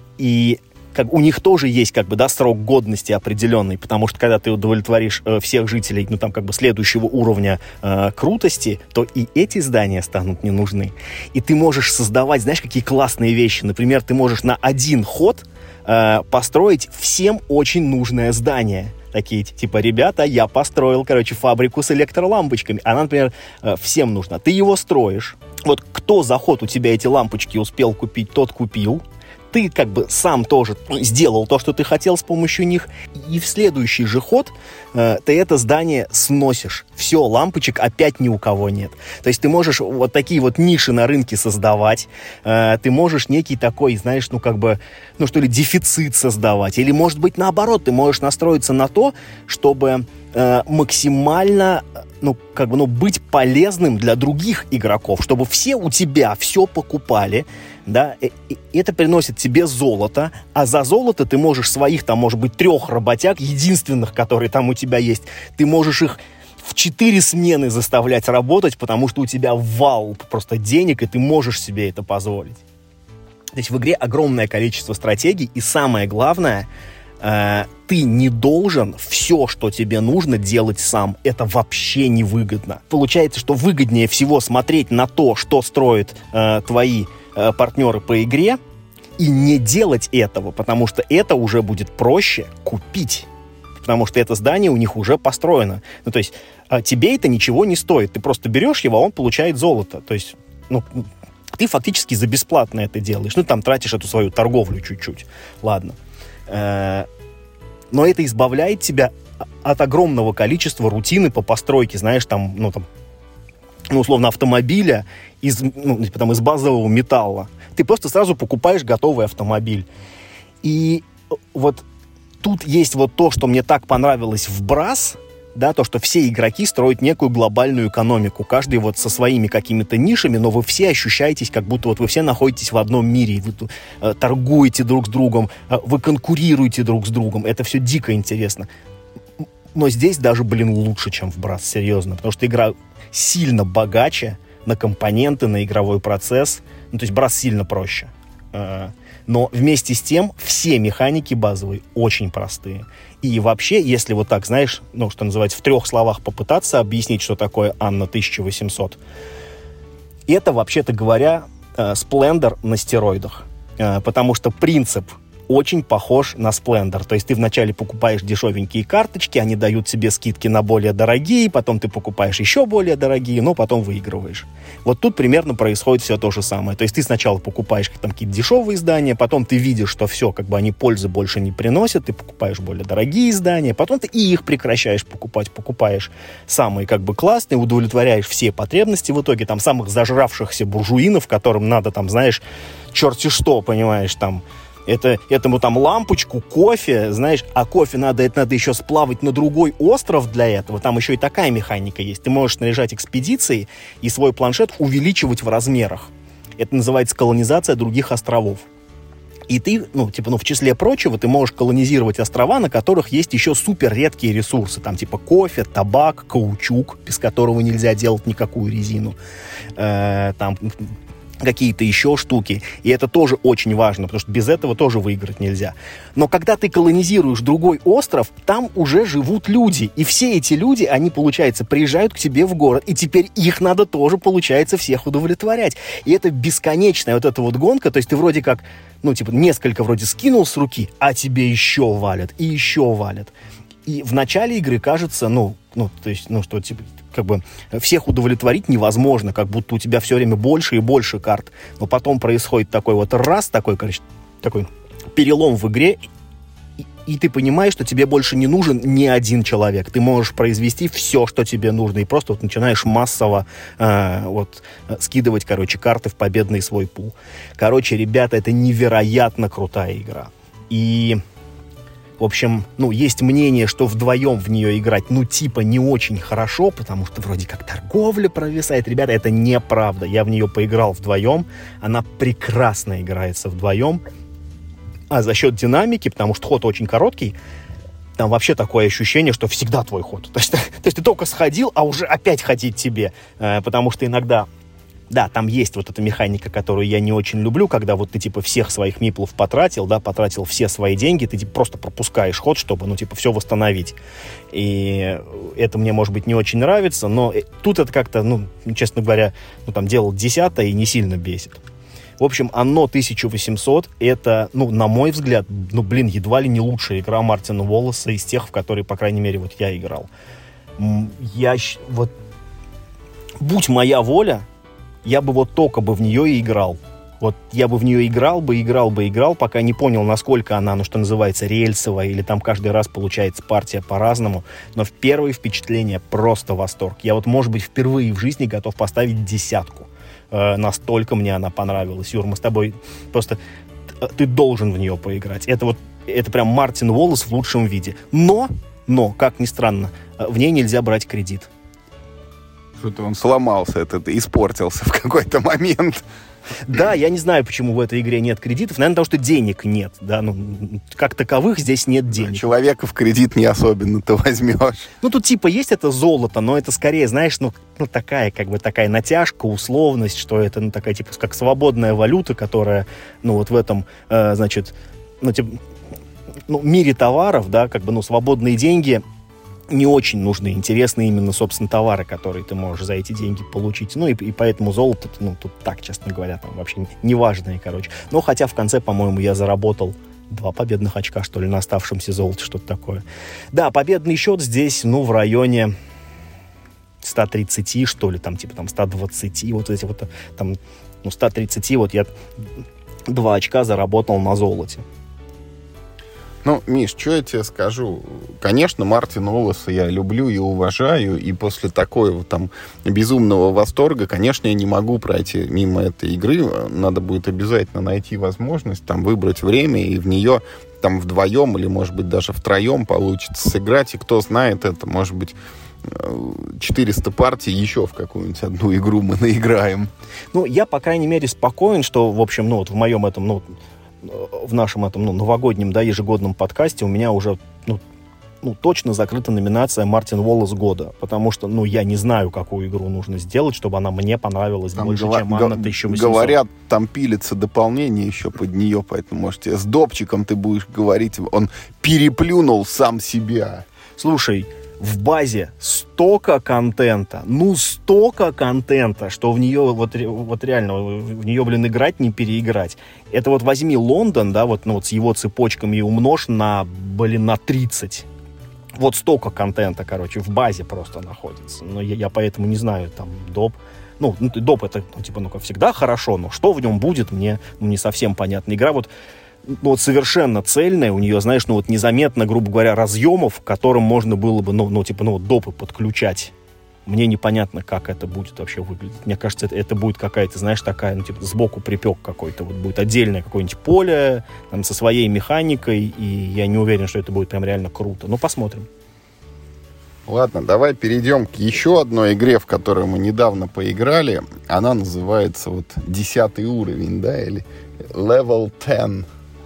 и как, у них тоже есть, как бы, да, срок годности определенный, потому что когда ты удовлетворишь э, всех жителей, ну там как бы следующего уровня э, крутости, то и эти здания станут не нужны. И ты можешь создавать, знаешь, какие классные вещи. Например, ты можешь на один ход э, построить всем очень нужное здание. Такие, типа, ребята, я построил, короче, фабрику с электролампочками. Она, например, всем нужна. Ты его строишь. Вот кто за ход у тебя эти лампочки успел купить, тот купил. Ты как бы сам тоже сделал то, что ты хотел с помощью них. И в следующий же ход э, ты это здание сносишь. Все, лампочек опять ни у кого нет. То есть ты можешь вот такие вот ниши на рынке создавать. Э, ты можешь некий такой, знаешь, ну как бы, ну что ли, дефицит создавать. Или, может быть, наоборот, ты можешь настроиться на то, чтобы э, максимально, ну как бы, ну быть полезным для других игроков. Чтобы все у тебя все покупали. Да, и это приносит тебе золото, а за золото ты можешь своих, там, может быть, трех работяг, единственных, которые там у тебя есть, ты можешь их в четыре смены заставлять работать, потому что у тебя вал просто денег, и ты можешь себе это позволить. То есть в игре огромное количество стратегий, и самое главное, э, ты не должен все, что тебе нужно, делать сам. Это вообще невыгодно. Получается, что выгоднее всего смотреть на то, что строят э, твои партнеры по игре, и не делать этого, потому что это уже будет проще купить, потому что это здание у них уже построено. Ну, то есть тебе это ничего не стоит. Ты просто берешь его, а он получает золото. То есть, ну, ты фактически за бесплатно это делаешь. Ну, там тратишь эту свою торговлю чуть-чуть. Ладно. Но это избавляет тебя от огромного количества рутины по постройке, знаешь, там, ну, там, ну, условно, автомобиля из, ну, там, из базового металла. Ты просто сразу покупаешь готовый автомобиль. И вот тут есть вот то, что мне так понравилось в Brass, да, то, что все игроки строят некую глобальную экономику, каждый вот со своими какими-то нишами, но вы все ощущаетесь, как будто вот вы все находитесь в одном мире, вы э, торгуете друг с другом, э, вы конкурируете друг с другом, это все дико интересно. Но здесь даже, блин, лучше, чем в Brass, серьезно, потому что игра сильно богаче на компоненты, на игровой процесс. Ну, то есть Brass сильно проще. Но вместе с тем все механики базовые очень простые. И вообще, если вот так, знаешь, ну, что называется, в трех словах попытаться объяснить, что такое Анна тысяча восемьсот, это, вообще-то говоря, Splendor на стероидах. Потому что принцип очень похож на Splendor. То есть ты вначале покупаешь дешевенькие карточки, они дают тебе скидки на более дорогие, потом ты покупаешь еще более дорогие, но потом выигрываешь. Вот тут примерно происходит все то же самое. То есть ты сначала покупаешь там какие-то дешевые издания, потом ты видишь, что все, как бы они пользы больше не приносят, ты покупаешь более дорогие издания, потом ты и их прекращаешь покупать, покупаешь самые как бы классные, удовлетворяешь все потребности в итоге, там, самых зажравшихся буржуинов, которым надо, там, знаешь, черти что, понимаешь, там, это, этому там лампочку, кофе, знаешь, а кофе надо, это надо еще сплавать на другой остров для этого, там еще и такая механика есть, ты можешь снаряжать экспедиции и свой планшет увеличивать в размерах, это называется колонизация других островов. И ты, ну, типа, ну, в числе прочего, ты можешь колонизировать острова, на которых есть еще супер редкие ресурсы. Там, типа, кофе, табак, каучук, без которого нельзя делать никакую резину. Э, там какие-то еще штуки. И это тоже очень важно, потому что без этого тоже выиграть нельзя. Но когда ты колонизируешь другой остров, там уже живут люди. И все эти люди, они, получается, приезжают к тебе в город. И теперь их надо тоже, получается, всех удовлетворять. И это бесконечная вот эта вот гонка. То есть ты вроде как, ну, типа, несколько вроде скинул с руки, а тебе еще валят, и еще валят. И в начале игры кажется, ну, ну, то есть, ну, что, типа, как бы всех удовлетворить невозможно, как будто у тебя все время больше и больше карт. Но потом происходит такой вот раз, такой, короче, такой перелом в игре, и, и ты понимаешь, что тебе больше не нужен ни один человек. Ты можешь произвести все, что тебе нужно, и просто вот начинаешь массово э, вот, скидывать, короче, карты в победный свой пул. Короче, ребята, это невероятно крутая игра. И... В общем, ну, есть мнение, что вдвоем в нее играть, ну, типа, не очень хорошо, потому что вроде как торговля провисает. Ребята, это неправда. Я в нее поиграл вдвоем. Она прекрасно играется вдвоем. А за счет динамики, потому что ход очень короткий, там вообще такое ощущение, что всегда твой ход. То есть, то есть ты только сходил, а уже опять ходить тебе. Потому что иногда... Да, там есть вот эта механика, которую я не очень люблю, когда вот ты, типа, всех своих миплов потратил, да, потратил все свои деньги, ты, типа, просто пропускаешь ход, чтобы, ну, типа, все восстановить. И это мне, может быть, не очень нравится, но тут это как-то, ну, честно говоря, ну, там, делал десятое и не сильно бесит. В общем, Anno тысяча восемьсот — это, ну, на мой взгляд, ну, блин, едва ли не лучшая игра Мартина Уоллеса из тех, в которые, по крайней мере, вот я играл. Я, вот, будь моя воля, я бы вот только бы в нее и играл. Вот я бы в нее играл бы, играл бы, играл, пока не понял, насколько она, ну, что называется, рельсовая, или там каждый раз получается партия по-разному. Но в первые впечатления просто восторг. Я вот, может быть, впервые в жизни готов поставить десятку. Э, настолько мне она понравилась. Юр, мы с тобой просто... Ты должен в нее поиграть. Это вот, это прям Мартин Уоллес в лучшем виде. Но, но, как ни странно, в ней нельзя брать кредит. Что-то он сломался, этот, испортился в какой-то момент. Да, я не знаю, почему в этой игре нет кредитов. Наверное, потому что денег нет. Да? Ну, как таковых здесь нет денег. Человека в кредит не особенно ты возьмешь. Ну, тут типа есть это золото, но это скорее, знаешь, ну, ну такая, как бы такая натяжка, условность, что это, ну, такая, типа, как свободная валюта, которая, ну, вот в этом, э, значит, ну, типа, ну, мире товаров, да, как бы, ну, свободные деньги не очень нужны. Интересны именно, собственно, товары, которые ты можешь за эти деньги получить. Ну, и, и поэтому золото, ну, тут так, честно говоря, там вообще неважное, короче. Но хотя в конце, по-моему, я заработал два победных очка, что ли, на оставшемся золоте, что-то такое. Да, победный счет здесь, ну, в районе сто тридцать, что ли, там, типа, там, сто двадцать, вот эти вот, там, ну, сто тридцать, вот я два очка заработал на золоте. Ну, Миш, что я тебе скажу? Конечно, Мартина Уоллеса я люблю и уважаю, и после такого там безумного восторга, конечно, я не могу пройти мимо этой игры. Надо будет обязательно найти возможность, там, выбрать время, и в нее там вдвоем или, может быть, даже втроем получится сыграть, и кто знает это, может быть, четыреста партий еще в какую-нибудь одну игру мы наиграем. Ну, я, по крайней мере, спокоен, что, в общем, ну, вот в моем этом, ну, в нашем этом, ну, новогоднем, да, ежегодном подкасте у меня уже, ну, ну, точно закрыта номинация Мартин Уоллес года, потому что, ну, я не знаю, какую игру нужно сделать, чтобы она мне понравилась там больше, гова- чем Anno тысяча восемьсот. Говорят, там пилится дополнение еще под нее, поэтому, может, с Добчиком ты будешь говорить, он переплюнул сам себя. Слушай, в базе столько контента, ну столько контента, что в нее вот, вот реально, в нее, блин, играть не переиграть. Это вот возьми Лондон, да, вот, ну, вот с его цепочками и умножь на, блин, на тридцать. Вот столько контента, короче, в базе просто находится. Но я, я поэтому не знаю, там, доп. Ну, доп это, ну, типа, ну, как всегда, хорошо, но что в нем будет, мне ну, не совсем понятно. Игра вот, ну, вот совершенно цельная, у нее, знаешь, ну, вот незаметно, грубо говоря, разъемов, к которым можно было бы, ну, ну типа, ну, вот допы подключать. Мне непонятно, как это будет вообще выглядеть. Мне кажется, это, это будет какая-то, знаешь, такая, ну, типа, сбоку припек какой-то. Вот будет отдельное какое-нибудь поле, там, со своей механикой, и я не уверен, что это будет прям реально круто. Ну, посмотрим. Ладно, давай перейдем к еще одной игре, в которую мы недавно поиграли. Она называется вот десятый уровень, да, или Level десять.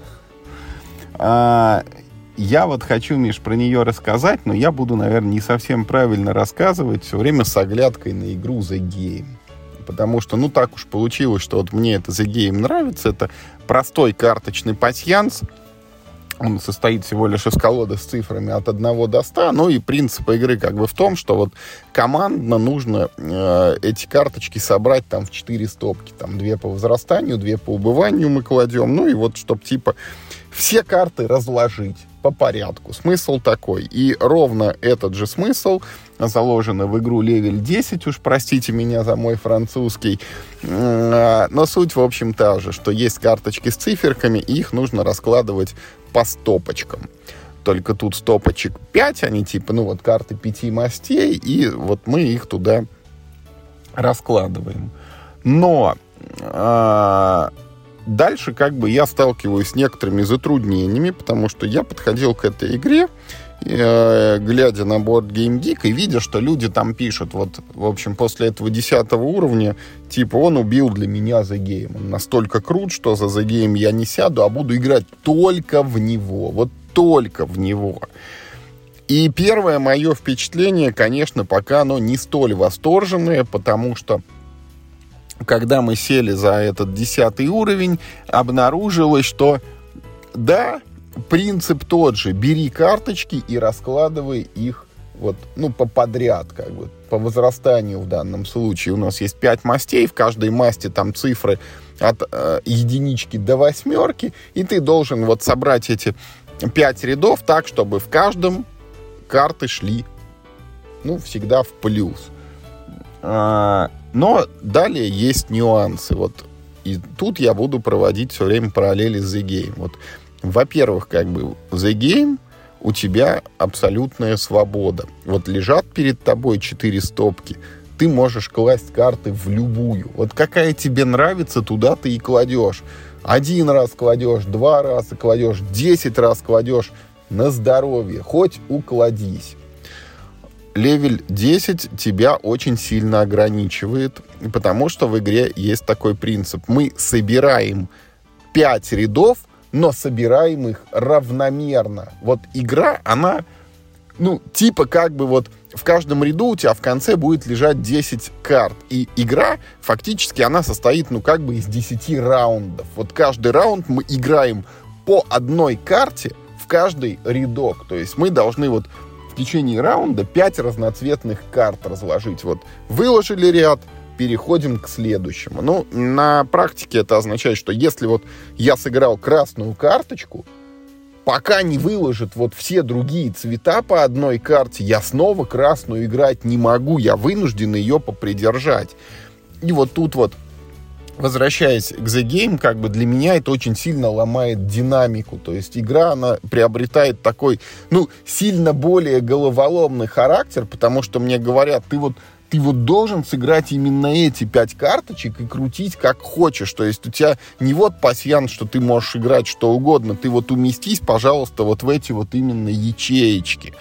А, я вот хочу, Миш, про нее рассказать, но я буду, наверное, не совсем правильно рассказывать, все время с оглядкой на игру The Game. Потому что, ну, так уж получилось, что вот мне это The Game нравится. Это простой карточный пасьянс. Он состоит всего лишь из колоды с цифрами от одного до ста. Ну и принцип игры как бы в том, что вот командно нужно э, эти карточки собрать там в четыре стопки. Там две по возрастанию, две по убыванию мы кладем. Ну и вот, чтобы типа все карты разложить по порядку. Смысл такой. И ровно этот же смысл заложено в игру Level десять, уж простите меня за мой французский. Но суть, в общем, та же, что есть карточки с циферками, и их нужно раскладывать по стопочкам. Только тут стопочек пять, они типа, ну вот карты пяти мастей, и вот мы их туда раскладываем. Но а, дальше как бы я сталкиваюсь с некоторыми затруднениями, потому что я подходил к этой игре, э, глядя на Board Game Geek и видя, что люди там пишут, вот, в общем, после этого десятого уровня, типа, он убил для меня The Game. Он настолько крут, что за The Game я не сяду, а буду играть только в него. Вот только в него. И первое мое впечатление, конечно, пока оно не столь восторженное, потому что когда мы сели за этот десятый уровень, обнаружилось, что да, принцип тот же. Бери карточки и раскладывай их вот, ну, по подряд, как бы, по возрастанию в данном случае. У нас есть пять мастей, в каждой масти там цифры от э, единички до восьмерки, и ты должен вот собрать эти пять рядов так, чтобы в каждом карты шли, ну, всегда в плюс. А, но далее есть нюансы. Вот, и тут я буду проводить все время параллели с The Game. Вот, во-первых, как бы The Game у тебя абсолютная свобода. Вот лежат перед тобой четыре стопки, ты можешь класть карты в любую. Вот какая тебе нравится, туда ты и кладешь. Один раз кладешь, два раза кладешь, десять раз кладешь, на здоровье, хоть укладись. Level десять тебя очень сильно ограничивает, потому что в игре есть такой принцип. Мы собираем пять рядов, но собираем их равномерно. Вот игра, она, ну, типа как бы вот в каждом ряду у тебя в конце будет лежать десять карт. И игра, фактически, она состоит, ну, как бы из десяти раундов. Вот каждый раунд мы играем по одной карте в каждый рядок. То есть мы должны вот в течение раунда пять разноцветных карт разложить. Вот выложили ряд, переходим к следующему. Ну, на практике это означает, что если вот я сыграл красную карточку, пока не выложат вот все другие цвета по одной карте, я снова красную играть не могу. Я вынужден ее попридержать. И вот тут вот, возвращаясь к The Game, как бы для меня это очень сильно ломает динамику. То есть игра, она приобретает такой, ну, сильно более головоломный характер, потому что мне говорят, ты вот ты вот должен сыграть именно эти пять карточек и крутить как хочешь. То есть у тебя не вот пасьянс, что ты можешь играть что угодно. Ты вот уместись, пожалуйста, вот в эти вот именно ячеечки.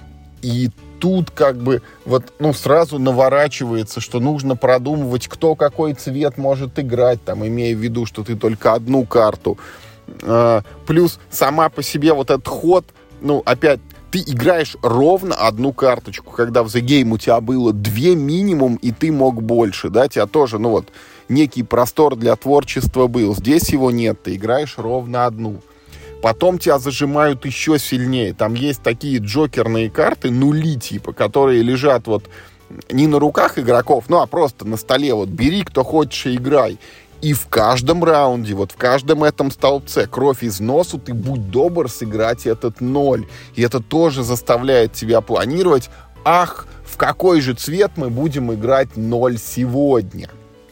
И тут как бы вот, ну, сразу наворачивается, что нужно продумывать, кто какой цвет может играть, там, имея в виду, что ты только одну карту. А, плюс сама по себе вот этот ход, ну, опять, ты играешь ровно одну карточку, когда в The Game у тебя было две минимум, и ты мог больше, да, тебя тоже, ну вот, некий простор для творчества был. Здесь его нет, ты играешь ровно одну. потом тебя зажимают еще сильнее. Там есть такие джокерные карты, нули типа, которые лежат вот не на руках игроков, ну а просто на столе. Вот бери, кто хочешь, и играй. И в каждом раунде, вот в каждом этом столбце кровь из носу, ты будь добр сыграть этот ноль. И это тоже заставляет тебя планировать: ах, в какой же цвет мы будем играть ноль сегодня.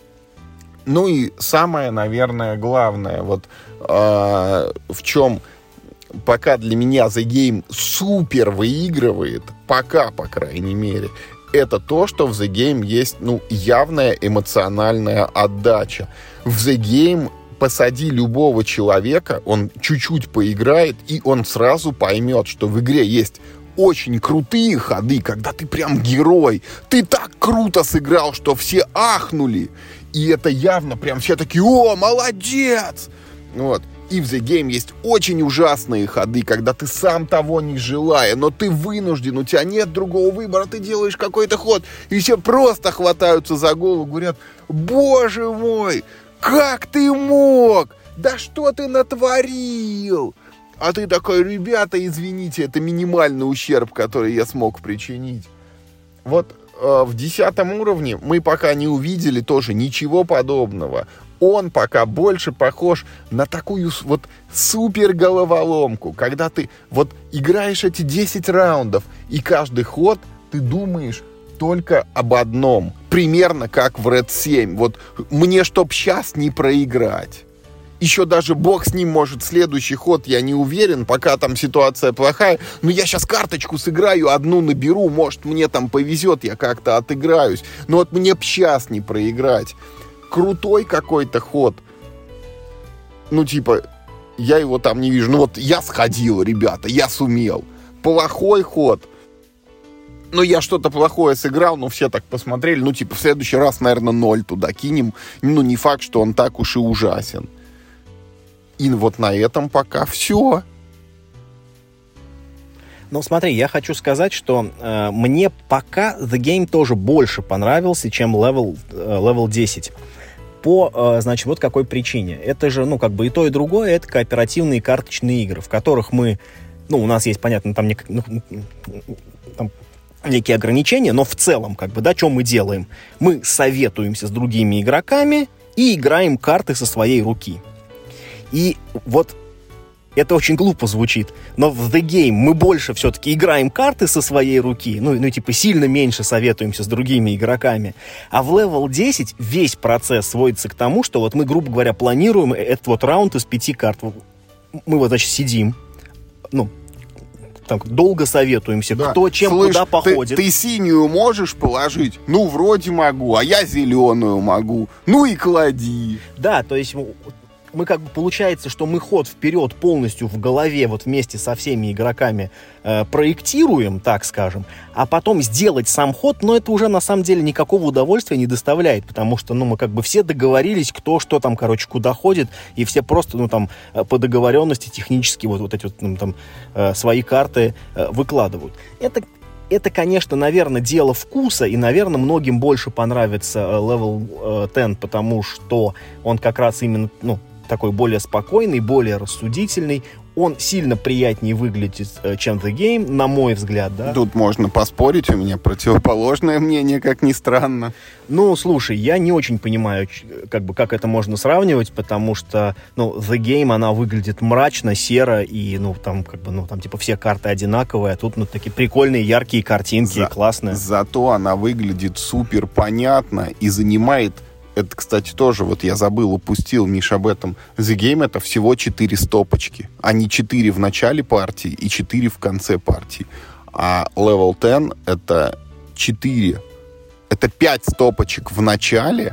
Ну и самое, наверное, главное, вот э, в чем пока для меня The Game супер выигрывает, пока, по крайней мере, это то, что в The Game есть, ну, явная эмоциональная отдача. В The Game посади любого человека, он чуть-чуть поиграет, и он сразу поймет, что в игре есть очень крутые ходы, когда ты прям герой. Ты так круто сыграл, что все ахнули. И это явно прям все такие: о, молодец! Вот. И в The Game есть очень ужасные ходы, когда ты сам того не желая, но ты вынужден, у тебя нет другого выбора, ты делаешь какой-то ход, и все просто хватаются за голову, говорят: боже мой, как ты мог? Да что ты натворил? А ты такой: ребята, извините, это минимальный ущерб, который я смог причинить. Вот э, в десятом уровне мы пока не увидели тоже ничего подобного. Он пока больше похож на такую вот супер головоломку, когда ты вот играешь эти десять раундов, и каждый ход ты думаешь только об одном. Примерно как в Ред семь. Вот мне чтоб сейчас не проиграть. Еще даже бог с ним, может, следующий ход, я не уверен, пока там ситуация плохая. Но я сейчас карточку сыграю, одну наберу, может, мне там повезет, я как-то отыграюсь. Но вот мне б сейчас не проиграть. Крутой какой-то ход. Ну, типа, я его там не вижу. Ну, вот я сходил, ребята, я сумел. Плохой ход. Ну, я что-то плохое сыграл, но все так посмотрели. Ну, типа, в следующий раз, наверное, ноль туда кинем. Ну, не факт, что он так уж и ужасен. И вот на этом пока все. Ну, смотри, я хочу сказать, что э, мне пока The Game тоже больше понравился, чем Level, э, Level десять. По, э, значит, вот какой причине. Это же, ну, как бы и то, и другое, это кооперативные карточные игры, в которых мы, ну, у нас есть, понятно, там, не, ну, там некие ограничения, но в целом, как бы, да, что мы делаем? Мы советуемся с другими игроками и играем карты со своей руки. И вот это очень глупо звучит, но в The Game мы больше все-таки играем карты со своей руки, ну, ну, типа, сильно меньше советуемся с другими игроками. А в Level десять весь процесс сводится к тому, что вот мы, грубо говоря, планируем этот вот раунд из пяти карт. Мы вот, значит, сидим, ну, там, долго советуемся, да. Кто чем Слышь, куда походит. Ты, ты синюю можешь положить? Ну, вроде могу, а я зеленую могу. Ну и клади. Да, то есть мы как бы, получается, что мы ход вперед полностью в голове вот вместе со всеми игроками э, проектируем, так скажем, а потом сделать сам ход, но это уже на самом деле никакого удовольствия не доставляет, потому что, ну, мы как бы все договорились, кто что там, короче, куда ходит, и все просто, ну, там, по договоренности технически вот, вот эти вот, ну, там, э, свои карты э, выкладывают. Это Это, конечно, наверное, дело вкуса, и, наверное, многим больше понравится Level десять, потому что он как раз именно, ну, такой более спокойный, более рассудительный. Он сильно приятнее выглядит, чем The Game, на мой взгляд, да. Тут можно поспорить, у меня противоположное мнение, как ни странно. Ну, слушай, я не очень понимаю, как бы, как это можно сравнивать, потому что, ну, The Game, она выглядит мрачно, серо, и, ну, там, как бы, ну, там, типа, все карты одинаковые, а тут, ну, такие прикольные, яркие картинки, За... классные. Зато она выглядит супер понятно и занимает... Это, кстати, тоже, вот я забыл, упустил, Миш, об этом. The Game — это всего четыре стопочки. А не четыре в начале партии и четыре в конце партии. А Level десять — это четыре. Это пять стопочек в начале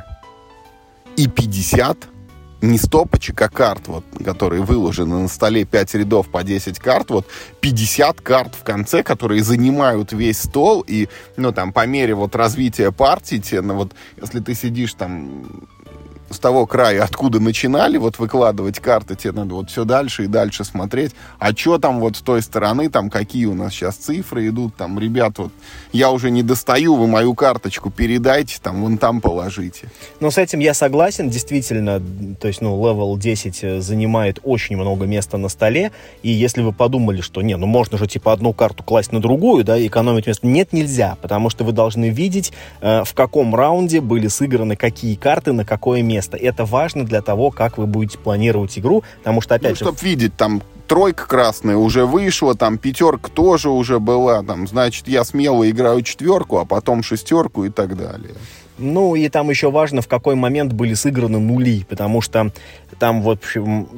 и пятьдесят не стопочек, а карт, вот, которые выложены на столе, пять рядов по десять карт, вот, пятьдесят карт в конце, которые занимают весь стол, и, ну, там, по мере вот развития партии, те, ну, вот, если ты сидишь там с того края, откуда начинали вот выкладывать карты, тебе надо вот все дальше и дальше смотреть, а что там вот с той стороны, там какие у нас сейчас цифры идут, там, ребят, вот я уже не достаю, вы мою карточку передайте, там, вон там положите. Ну, с этим я согласен, действительно, то есть, ну, левел десять занимает очень много места на столе, и если вы подумали, что, не, ну, можно же, типа, одну карту класть на другую, да, и экономить место, нет, нельзя, потому что вы должны видеть, э, в каком раунде были сыграны какие карты на какое место. Это важно для того, как вы будете планировать игру, потому что, опять ну, же... чтобы видеть, там, тройка красная уже вышла, там, пятерка тоже уже была, там, значит, я смело играю четверку, а потом шестерку и так далее. Ну, и там еще важно, в какой момент были сыграны нули, потому что там, в общем...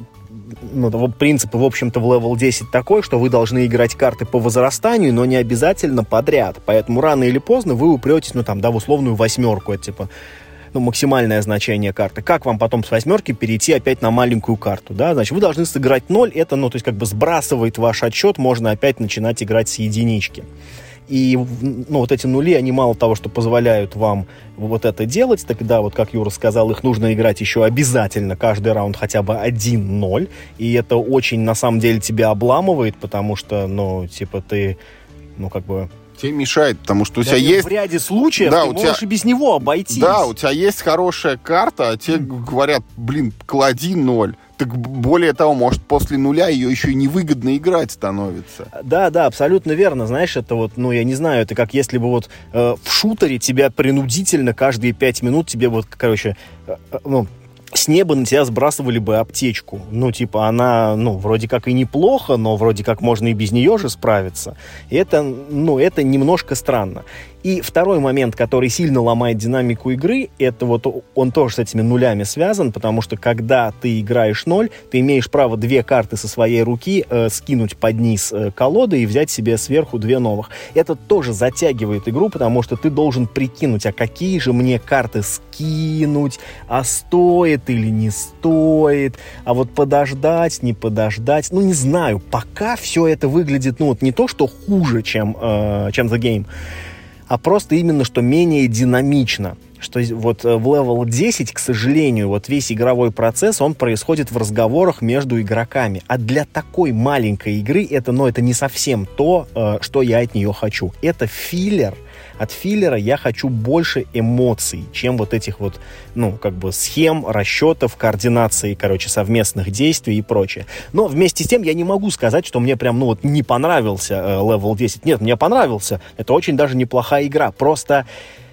Ну, принцип, в общем-то, в левел десять такой, что вы должны играть карты по возрастанию, но не обязательно подряд. Поэтому рано или поздно вы упретесь, ну, там, да, в условную восьмерку. Это, типа, ну, максимальное значение карты. Как вам потом с восьмерки перейти опять на маленькую карту, да? Значит, вы должны сыграть ноль. Это, ну, то есть, как бы сбрасывает ваш отсчет, можно опять начинать играть с единички. И, ну, вот эти нули, они мало того, что позволяют вам вот это делать, тогда, вот как Юра сказал, их нужно играть еще обязательно, каждый раунд хотя бы один ноль, и это очень, на самом деле, тебя обламывает, потому что, ну, типа, ты, ну, как бы... Тебе мешает, потому что у да, тебя есть... В ряде случаев да, ты у можешь тебя... и без него обойтись. Да, у тебя есть хорошая карта, а тебе mm. говорят, блин, клади ноль. Так более того, может, после нуля ее еще и невыгодно играть становится. Да, да, абсолютно верно. Знаешь, это вот, ну, я не знаю, это как если бы вот э, в шутере тебя принудительно каждые пять минут тебе вот, короче, э, э, ну, с неба на тебя сбрасывали бы аптечку. Ну, типа, она, ну, вроде как и неплохо, но вроде как можно и без нее же справиться. И это, ну, это немножко странно. И второй момент, который сильно ломает динамику игры, это вот он тоже с этими нулями связан, потому что когда ты играешь ноль, ты имеешь право две карты со своей руки э, скинуть под низ э, колоды и взять себе сверху две новых. Это тоже затягивает игру, потому что ты должен прикинуть, а какие же мне карты скинуть, а стоит или не стоит, а вот подождать, не подождать. Ну, не знаю, пока все это выглядит, ну, вот не то, что хуже, чем, э, чем The Game, а просто именно, что менее динамично. Что вот в левел десять, к сожалению, вот весь игровой процесс, он происходит в разговорах между игроками. А для такой маленькой игры это, ну, это не совсем то, что я от нее хочу. Это филлер. От филлера я хочу больше эмоций, чем вот этих вот, ну, как бы схем, расчетов, координации, короче, совместных действий и прочее. Но вместе с тем я не могу сказать, что мне прям, ну, вот не понравился левел десять. Нет, мне понравился. Это очень даже неплохая игра. Просто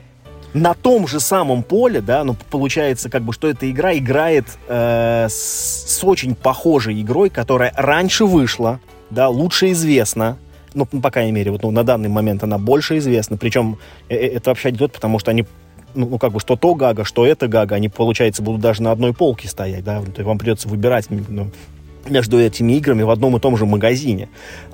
на том же самом поле, да, ну, получается, как бы, что эта игра играет э, с, с очень похожей игрой, которая раньше вышла, да, лучше известна. Ну, по крайней мере, вот, ну, на данный момент она больше известна. Причем это вообще идет, потому что они, ну, как бы, что то Гага, что это Гага, они, получается, будут даже на одной полке стоять, да, то есть вам придется выбирать, ну, между этими играми в одном и том же магазине.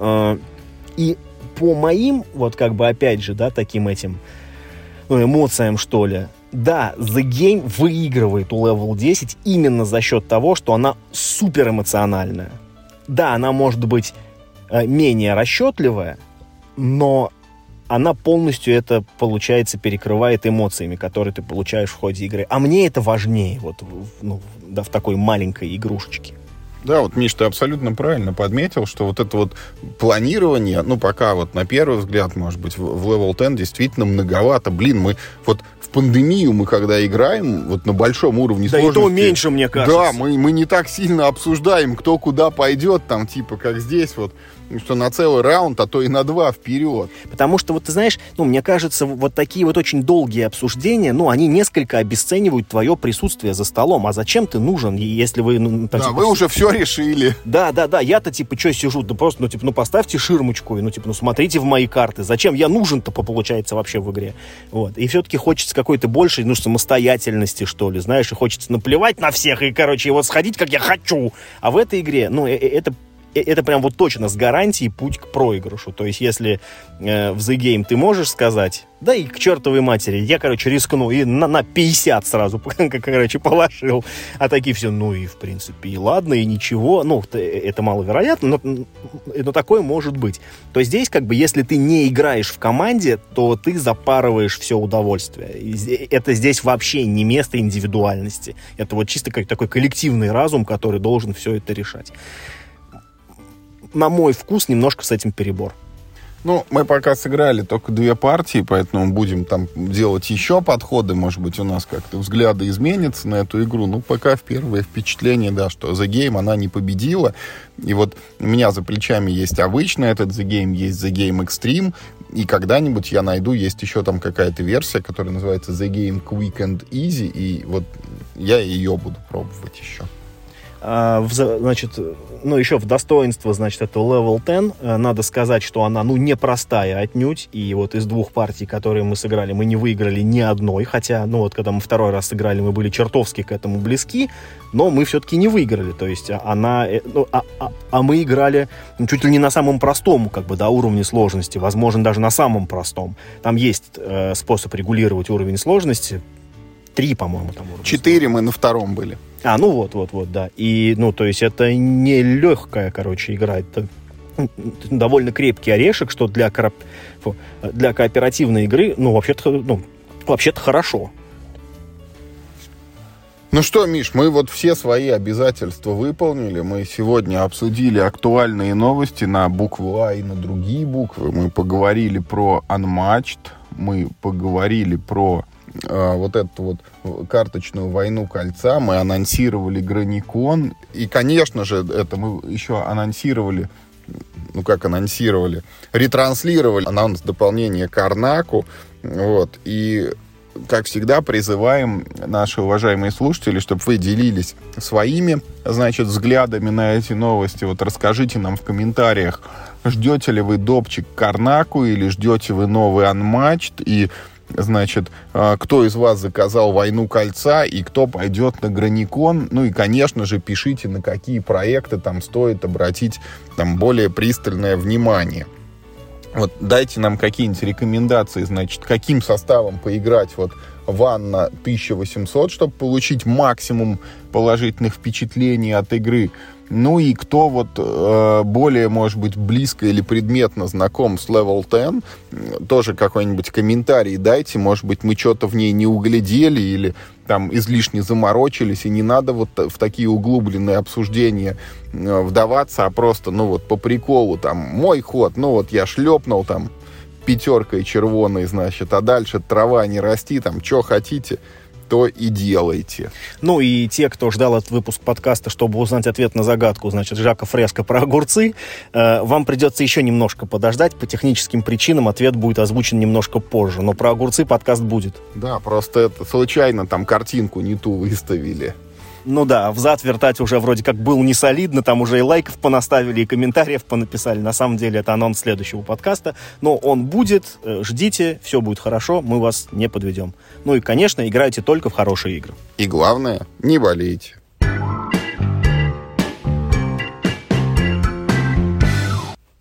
И по моим, вот, как бы, опять же, да, таким этим, ну, эмоциям, что ли, да, The Game выигрывает у левел десять именно за счет того, что она супер эмоциональная. Да, она может быть менее расчетливая, но она полностью это, получается, перекрывает эмоциями, которые ты получаешь в ходе игры. А мне это важнее, вот, ну, да, в такой маленькой игрушечке. Да, вот, Миш, ты абсолютно правильно подметил, что вот это вот планирование, ну, пока вот на первый взгляд, может быть, в, в левел десять действительно многовато. Блин, мы вот в пандемию мы когда играем, вот на большом уровне да сложности... Да и то меньше, мне кажется. Да, мы, мы не так сильно обсуждаем, кто куда пойдет, там, типа, как здесь вот, что на целый раунд, а то и на два вперед. Потому что, вот ты знаешь, ну, мне кажется, вот такие вот очень долгие обсуждения, ну, они несколько обесценивают твое присутствие за столом. А зачем ты нужен, если вы... Ну, там, да, типа, вы уже все решили. Да, да, да, я-то, типа, что сижу? Да просто, ну, типа, ну, поставьте ширмочку, и, ну, типа, ну, смотрите в мои карты. Зачем я нужен-то, получается, вообще в игре? Вот. И все-таки хочется какой-то большей, ну, самостоятельности, что ли, знаешь, и хочется наплевать на всех, и, короче, вот сходить, как я хочу. А в этой игре, ну, это... это прям вот точно с гарантией путь к проигрышу. То есть, если э, в The Game ты можешь сказать, да и к чертовой матери, я, короче, рискну и на, на пятьдесят сразу, короче, положил. А такие все, ну и, в принципе, и ладно, и ничего. Ну, это маловероятно, но, но такое может быть. То есть здесь, как бы, если ты не играешь в команде, то ты запарываешь все удовольствие. И это здесь вообще не место индивидуальности. Это вот чисто как такой коллективный разум, который должен все это решать. На мой вкус, немножко с этим перебор. Ну, мы пока сыграли только две партии, поэтому будем там делать еще подходы. Может быть, у нас как-то взгляды изменятся на эту игру. Ну, пока в первое впечатление, да, что The Game, она не победила. И вот у меня за плечами есть обычный этот The Game, есть The Game Extreme. И когда-нибудь я найду, есть еще там какая-то версия, которая называется The Game Quick and Easy. И вот я ее буду пробовать еще. А, значит, ну, еще в достоинство, значит, это Level десять. Надо сказать, что она, ну, непростая отнюдь. И вот из двух партий, которые мы сыграли, мы не выиграли ни одной. Хотя, ну, вот когда мы второй раз сыграли, мы были чертовски к этому близки. Но мы все-таки не выиграли. То есть она... Ну, а, а, а мы играли ну, чуть ли не на самом простом, как бы, да, уровне сложности. Возможно, даже на самом простом. Там есть э, способ регулировать уровень сложности. Три, по-моему, там уровня. Четыре мы на втором были. А, ну вот, вот, вот, да. И, ну, то есть это не легкая, короче, игра. Это довольно крепкий орешек, что для, кооп... для кооперативной игры, ну, вообще-то, ну, вообще-то хорошо. Ну что, Миш, мы вот все свои обязательства выполнили. Мы сегодня обсудили актуальные новости на букву А и на другие буквы. Мы поговорили про Unmatched, мы поговорили про э, вот эту вот карточную войну кольца, мы анонсировали Граникон. И, конечно же, это мы еще анонсировали, ну как анонсировали, ретранслировали анонс дополнения к Арнаку. Вот, и... Как всегда, призываем наши уважаемые слушатели, чтобы вы делились своими, значит, взглядами на эти новости. Вот расскажите нам в комментариях, ждете ли вы допчик к Арнаку или ждете вы новый Unmatched, и, значит, кто из вас заказал «Войну кольца» и кто пойдет на Граникон. Ну и, конечно же, пишите, на какие проекты там стоит обратить там более пристальное внимание. Вот дайте нам какие-нибудь рекомендации, значит, каким составом поиграть вот в Анна тысяча восемьсот, чтобы получить максимум положительных впечатлений от игры. Ну и кто вот э, более, может быть, близко или предметно знаком с Level десять, тоже какой-нибудь комментарий дайте. Может быть, мы что-то в ней не углядели или там излишне заморочились, и не надо вот в такие углубленные обсуждения вдаваться, а просто, ну вот, по приколу, там, мой ход, ну вот, я шлепнул там пятеркой червоной, значит, а дальше трава не расти, там, что хотите, то и делайте. Ну и те, кто ждал этот выпуск подкаста, чтобы узнать ответ на загадку, значит, Жака Фреско про огурцы, э, вам придется еще немножко подождать. По техническим причинам ответ будет озвучен немножко позже, но про огурцы подкаст будет. Да, просто это случайно там картинку не ту выставили. Ну да, взад вертать уже вроде как было не солидно, там уже и лайков понаставили, и комментариев понаписали. На самом деле это анонс следующего подкаста, но он будет, ждите, все будет хорошо, мы вас не подведем. Ну и, конечно, играйте только в хорошие игры. И главное, не болейте.